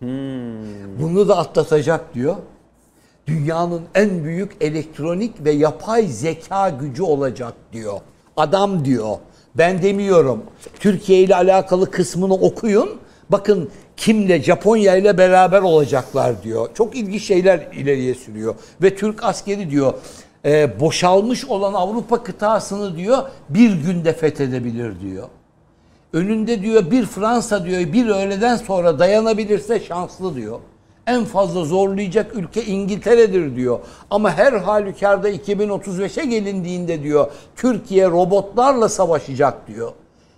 Bunu da atlatacak diyor. Dünyanın en büyük elektronik ve yapay zeka gücü olacak diyor. Adam diyor. Ben demiyorum. Türkiye ile alakalı kısmını okuyun. Bakın kimle, Japonya ile beraber olacaklar diyor. Çok ilginç şeyler ileriye sürüyor. Ve Türk askeri diyor e, boşalmış olan Avrupa kıtasını diyor bir günde fethedebilir diyor. Önünde diyor bir Fransa diyor bir öğleden sonra dayanabilirse şanslı diyor. En fazla zorlayacak ülke İngiltere'dir diyor. Ama her halükarda iki bin otuz beşe gelindiğinde diyor Türkiye robotlarla savaşacak diyor.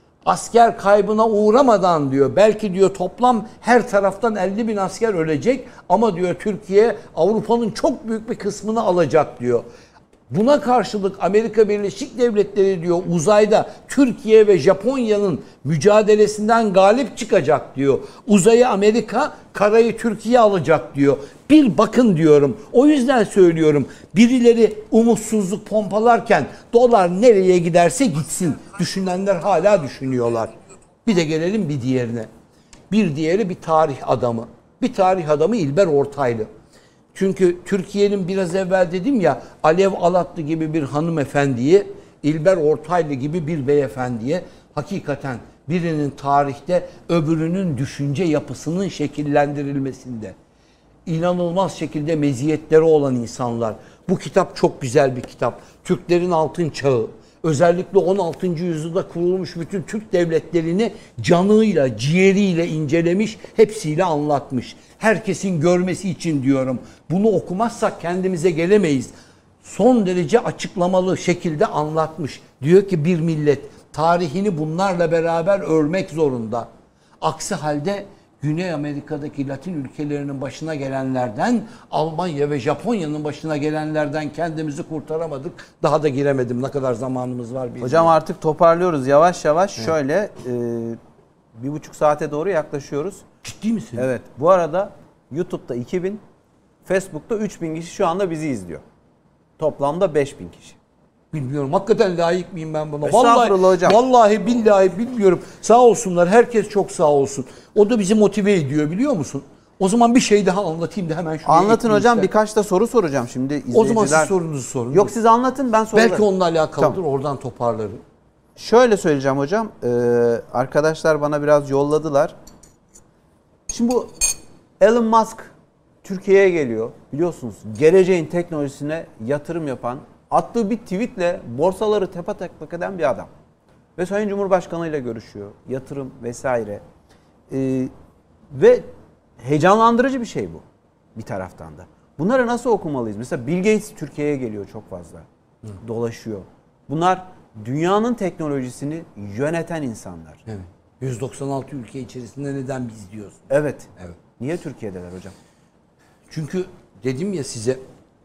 Asker kaybına uğramadan diyor belki diyor toplam her taraftan elli bin asker ölecek ama diyor Türkiye Avrupa'nın çok büyük bir kısmını alacak diyor. Buna karşılık Amerika Birleşik Devletleri diyor uzayda Türkiye ve Japonya'nın mücadelesinden galip çıkacak diyor. Uzayı Amerika, karayı Türkiye alacak diyor. Bir bakın diyorum. O yüzden söylüyorum. Birileri umutsuzluk pompalarken dolar nereye giderse gitsin. Düşünenler hala düşünüyorlar. Bir de gelelim bir diğerine. Bir diğeri bir tarih adamı. Bir tarih adamı İlber Ortaylı. Çünkü Türkiye'nin biraz evvel dedim ya Alev Alatlı gibi bir hanımefendiye, İlber Ortaylı gibi bir beyefendiye hakikaten birinin tarihte öbürünün düşünce yapısının şekillendirilmesinde inanılmaz şekilde meziyetleri olan insanlar. Bu kitap çok güzel bir kitap. Türklerin altın çağı. Özellikle on altıncı yüzyılda kurulmuş bütün Türk devletlerini canıyla, ciğeriyle incelemiş, hepsiyle anlatmış. Herkesin görmesi için diyorum. Bunu okumazsak kendimize gelemeyiz. Son derece açıklamalı şekilde anlatmış. Diyor ki bir millet tarihini bunlarla beraber örmek zorunda. Aksi halde Güney Amerika'daki Latin ülkelerinin başına gelenlerden, Almanya ve Japonya'nın başına gelenlerden kendimizi kurtaramadık. Daha da giremedim. Ne kadar zamanımız var bilmiyorum. Hocam artık toparlıyoruz yavaş yavaş. Evet. Şöyle e, bir buçuk saate doğru yaklaşıyoruz. Ciddi misin? Evet. Bu arada YouTube'da iki bin, Facebook'ta üç bin kişi şu anda bizi izliyor. Toplamda beş bin kişi. Bilmiyorum. Hakikaten layık mıyım ben buna? Estağfurullah Vallahi, hocam. Vallahi billahi bilmiyorum. Sağ olsunlar. Herkes çok sağ olsun. O da bizi motive ediyor biliyor musun? O zaman bir şey daha anlatayım da hemen şuraya Anlatın hocam. ister. Birkaç da soru soracağım şimdi izleyiciler. O zaman siz sorunuzu sorun. Yok siz anlatın ben sorarım. Belki onunla alakalıdır. Tamam. Oradan toparlarım. Şöyle söyleyeceğim hocam. Ee, arkadaşlar bana biraz yolladılar. Şimdi bu Elon Musk Türkiye'ye geliyor. Biliyorsunuz geleceğin teknolojisine yatırım yapan, attığı bir tweetle borsaları tepateklak eden bir adam. Ve Sayın Cumhurbaşkanı ile görüşüyor. Yatırım vesaire. Ee, Ve heyecanlandırıcı bir şey bu bir taraftan da. Bunları nasıl okumalıyız? Mesela Bill Gates Türkiye'ye geliyor çok fazla. Hı. Dolaşıyor. Bunlar dünyanın teknolojisini yöneten insanlar. Evet. yüz doksan altı ülke içerisinde neden biz diyorsun? Evet. Evet. Niye Türkiye'deler hocam? Çünkü dedim ya size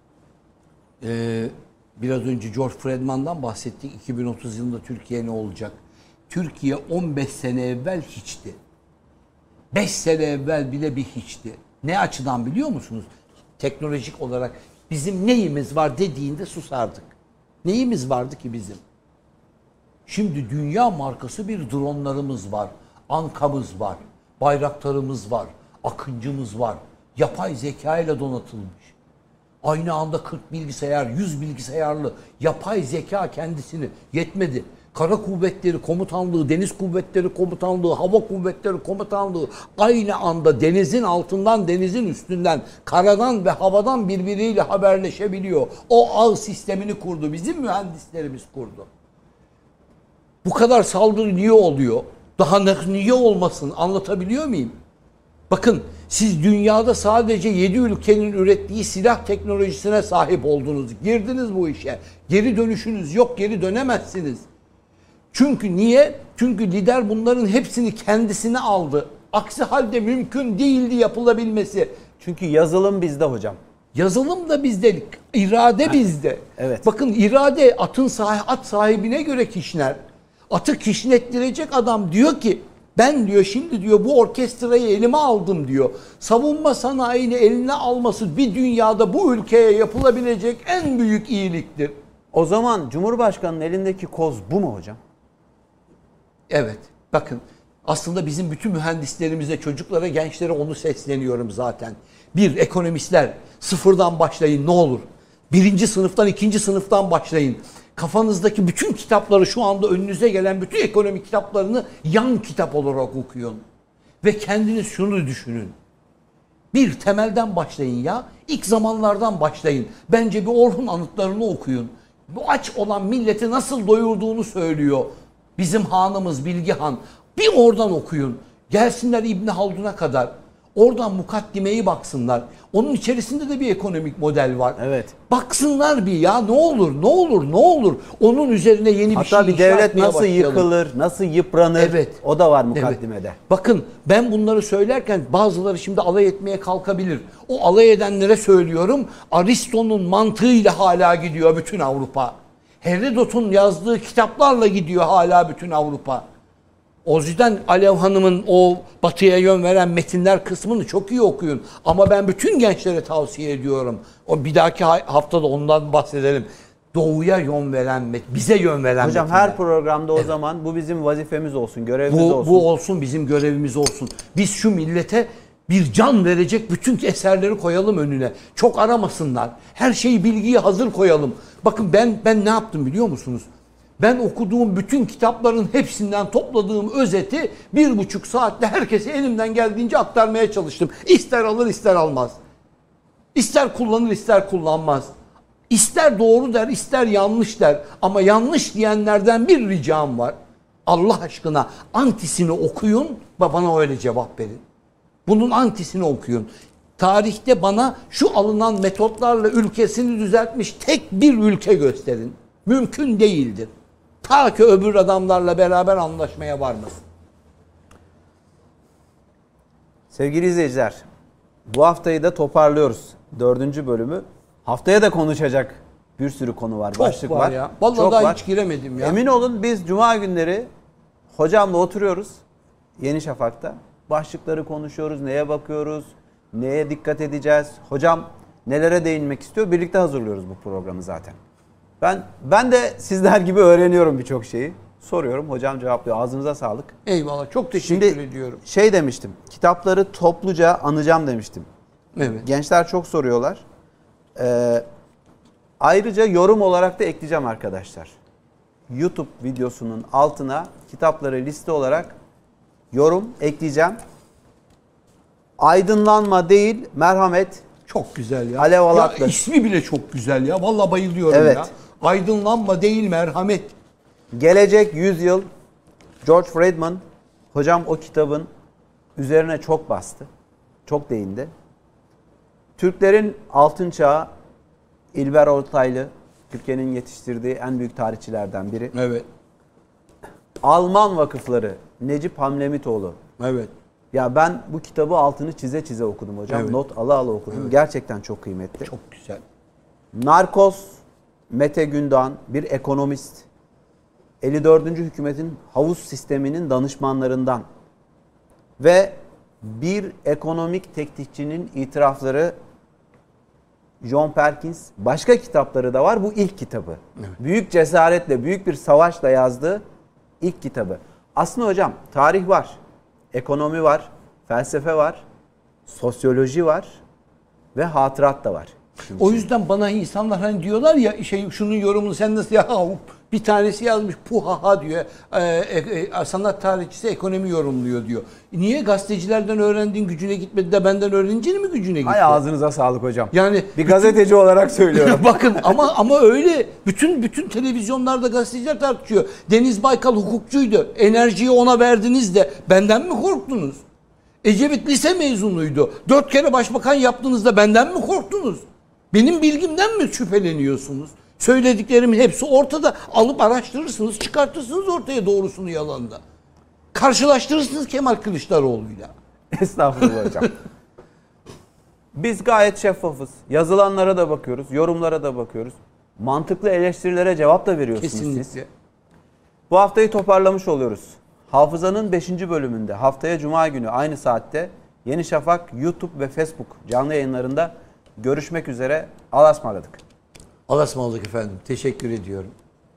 e, biraz önce George Friedman'dan bahsettik. iki bin otuz yılında Türkiye ne olacak? Türkiye on beş sene evvel hiçti. beş sene evvel bile bir hiçti. Ne açıdan biliyor musunuz? Teknolojik olarak bizim neyimiz var dediğinde susardık. Neyimiz vardı ki bizim? Şimdi dünya markası bir dronlarımız var. Ankamız var. Bayraktarımız var. Akıncımız var. Yapay zeka ile donatılmış. Aynı anda kırk bilgisayar, yüz bilgisayarlı yapay zeka kendisini yetmedi. Kara Kuvvetleri Komutanlığı, Deniz Kuvvetleri Komutanlığı, Hava Kuvvetleri Komutanlığı aynı anda denizin altından, denizin üstünden, karadan ve havadan birbiriyle haberleşebiliyor. O ağ sistemini kurdu. Bizim mühendislerimiz kurdu. Bu kadar saldırı niye oluyor? Daha niye olmasın? Anlatabiliyor muyum? Bakın siz dünyada sadece yedi ülkenin ürettiği silah teknolojisine sahip oldunuz. Girdiniz bu işe. Geri dönüşünüz yok, geri dönemezsiniz. Çünkü niye? Çünkü lider bunların hepsini kendisine aldı. Aksi halde mümkün değildi yapılabilmesi. Çünkü yazılım bizde hocam. Yazılım da bizde, irade bizde. Evet. Bakın irade atın sahibi, at sahibine göre kişner. Atı kişnettirecek adam diyor ki ben diyor şimdi diyor bu orkestrayı elime aldım diyor. Savunma sanayini eline alması bir dünyada bu ülkeye yapılabilecek en büyük iyiliktir. O zaman Cumhurbaşkanı'nın elindeki koz bu mu hocam? Evet. Bakın aslında bizim bütün mühendislerimize, çocuklara, gençlere onu sesleniyorum zaten. Bir, ekonomistler sıfırdan başlayın ne olur. Birinci sınıftan, ikinci sınıftan başlayın. Kafanızdaki bütün kitapları şu anda önünüze gelen bütün ekonomi kitaplarını yan kitap olarak okuyun. Ve kendiniz şunu düşünün. Bir, temelden başlayın ya. İlk zamanlardan başlayın. Bence bir Orhun anıtlarını okuyun. Bu aç olan milleti nasıl doyurduğunu söylüyor. Bizim hanımız Bilgi Han. Bir oradan okuyun. Gelsinler İbni Haldun'a kadar. Oradan mukaddimeyi baksınlar. Onun içerisinde de bir ekonomik model var. Evet. Baksınlar bir ya ne olur ne olur ne olur. Onun üzerine yeni bir Hatta şey bir inşa devlet etmeye nasıl başlayalım. yıkılır, nasıl yıpranır Evet. O da var mukaddimede. Evet. Bakın ben bunları söylerken bazıları şimdi alay etmeye kalkabilir. O alay edenlere söylüyorum. Aristo'nun mantığıyla hala gidiyor bütün Avrupa. Herodot'un yazdığı kitaplarla gidiyor hala bütün Avrupa. O yüzden Alev Hanım'ın o batıya yön veren metinler kısmını çok iyi okuyun. Ama ben bütün gençlere tavsiye ediyorum. O bir dahaki haftada ondan bahsedelim. Doğuya yön veren, bize yön veren Hocam metinler. her programda o evet. zaman bu bizim vazifemiz olsun, görevimiz bu, olsun. Bu olsun, bizim görevimiz olsun. Biz şu millete bir can verecek bütün eserleri koyalım önüne. Çok aramasınlar. Her şeyi, bilgiyi hazır koyalım. Bakın ben ben ne yaptım biliyor musunuz? Ben okuduğum bütün kitapların hepsinden topladığım özeti bir buçuk saatte herkese elimden geldiğince aktarmaya çalıştım. İster alır ister almaz. İster kullanır ister kullanmaz. İster doğru der ister yanlış der. Ama yanlış diyenlerden bir ricam var. Allah aşkına antisini okuyun ve bana öyle cevap verin. Bunun antisini okuyun. Tarihte bana şu alınan metotlarla ülkesini düzeltmiş tek bir ülke gösterin. Mümkün değildir. Ta ki öbür adamlarla beraber anlaşmaya varmasın. Sevgili izleyiciler, bu haftayı da toparlıyoruz. Dördüncü bölümü. Haftaya da konuşacak bir sürü konu var, Çok başlık var. var. Ya. Vallahi Çok daha var. hiç giremedim ya. Emin olun biz Cuma günleri hocamla oturuyoruz Yeni Şafak'ta. Başlıkları konuşuyoruz, neye bakıyoruz, neye dikkat edeceğiz. Hocam nelere değinmek istiyor, birlikte hazırlıyoruz bu programı zaten. Ben ben de sizler gibi öğreniyorum birçok şeyi. Soruyorum, hocam cevaplıyor. Ağzınıza sağlık. Eyvallah, çok teşekkür Şimdi, ediyorum. Şey demiştim, kitapları topluca anacağım demiştim. Evet. Gençler çok soruyorlar. Ee, ayrıca yorum olarak da ekleyeceğim arkadaşlar. YouTube videosunun altına kitapları liste olarak yorum ekleyeceğim. Aydınlanma değil, merhamet. Çok güzel ya. Alev Alatlı. Ya ismi bile çok güzel ya. Vallahi bayılıyorum evet. ya. Aydınlanma değil, merhamet. Gelecek yüzyıl George Friedman. Hocam o kitabın üzerine çok bastı. Çok değindi. Türklerin altın çağı, İlber Ortaylı, Türkiye'nin yetiştirdiği en büyük tarihçilerden biri. Evet. Alman vakıfları, Necip Hamlemitoğlu. Evet. Ya ben bu kitabı altını çize çize okudum hocam. Evet. Not ala ala okudum. Evet. Gerçekten çok kıymetli. Çok güzel. Narkos, Mete Gündoğan, bir ekonomist. elli dördüncü hükümetin havuz sisteminin danışmanlarından ve bir ekonomik tetkikçinin itirafları, John Perkins. Başka kitapları da var. Bu ilk kitabı. Evet. Büyük cesaretle, büyük bir savaşla yazdığı ilk kitabı. Aslında hocam tarih var, ekonomi var, felsefe var, sosyoloji var ve hatırat da var. Şimdi o yüzden bana insanlar hani diyorlar ya şey şunun yorumunu sen nasıl ya bir tanesi yazmış puhaha diyor. E, e, sanat tarihçisi ekonomi yorumluyor diyor. Niye gazetecilerden öğrendiğin gücüne gitmedi de benden öğrenince mi gücüne gitti? Ay ağzınıza sağlık hocam. Yani bir gazeteci bütün... olarak söylüyorum. Bakın ama ama öyle bütün bütün televizyonlarda gazeteciler tartışıyor. Deniz Baykal hukukçuydu. Enerjiyi ona verdiniz de benden mi korktunuz? Ecevit lise mezunuydu. Dört kere başbakan yaptığınızda benden mi korktunuz? Benim bilgimden mi şüpheleniyorsunuz? Söylediklerimin hepsi ortada. Alıp araştırırsınız, çıkartırsınız ortaya doğrusunu yalanla. Karşılaştırırsınız Kemal Kılıçdaroğlu'yla. Estağfurullah hocam. Biz gayet şeffafız. Yazılanlara da bakıyoruz, yorumlara da bakıyoruz. Mantıklı eleştirilere cevap da veriyorsunuz Kesinlikle. siz. Bu haftayı toparlamış oluyoruz. Hafızanın beşinci bölümünde haftaya Cuma günü aynı saatte Yeni Şafak, YouTube ve Facebook canlı yayınlarında görüşmek üzere. Allah'a ısmarladık. Allah'a ısmarladık efendim. Teşekkür ediyorum.